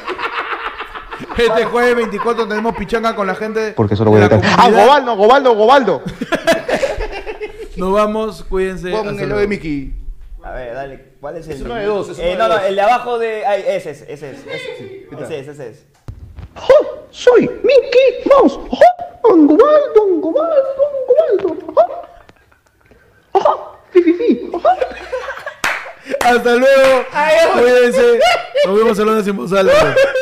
Este jueves veinticuatro tenemos pichanga con la gente Porque solo de voy a la estar- ¡Ah, comunidad. Gobaldo, Gobaldo, Gobaldo! Nos vamos, cuídense. Pon hasta el audio luego. de Miki. A ver, dale, ¿cuál es el? Es uno de dos, es uno Eh, de no, no, dos. el de abajo de. Ay, ese es, ese es. Ese, ese es, ese es. Soy Mickey Mouse. Ajá, Angobaldo, Angobaldo, Angobaldo. Ajá. Ajá, fi, fi, fi. Ajá. Hasta luego. Cuídense. Nos vemos hablando sin voz alta.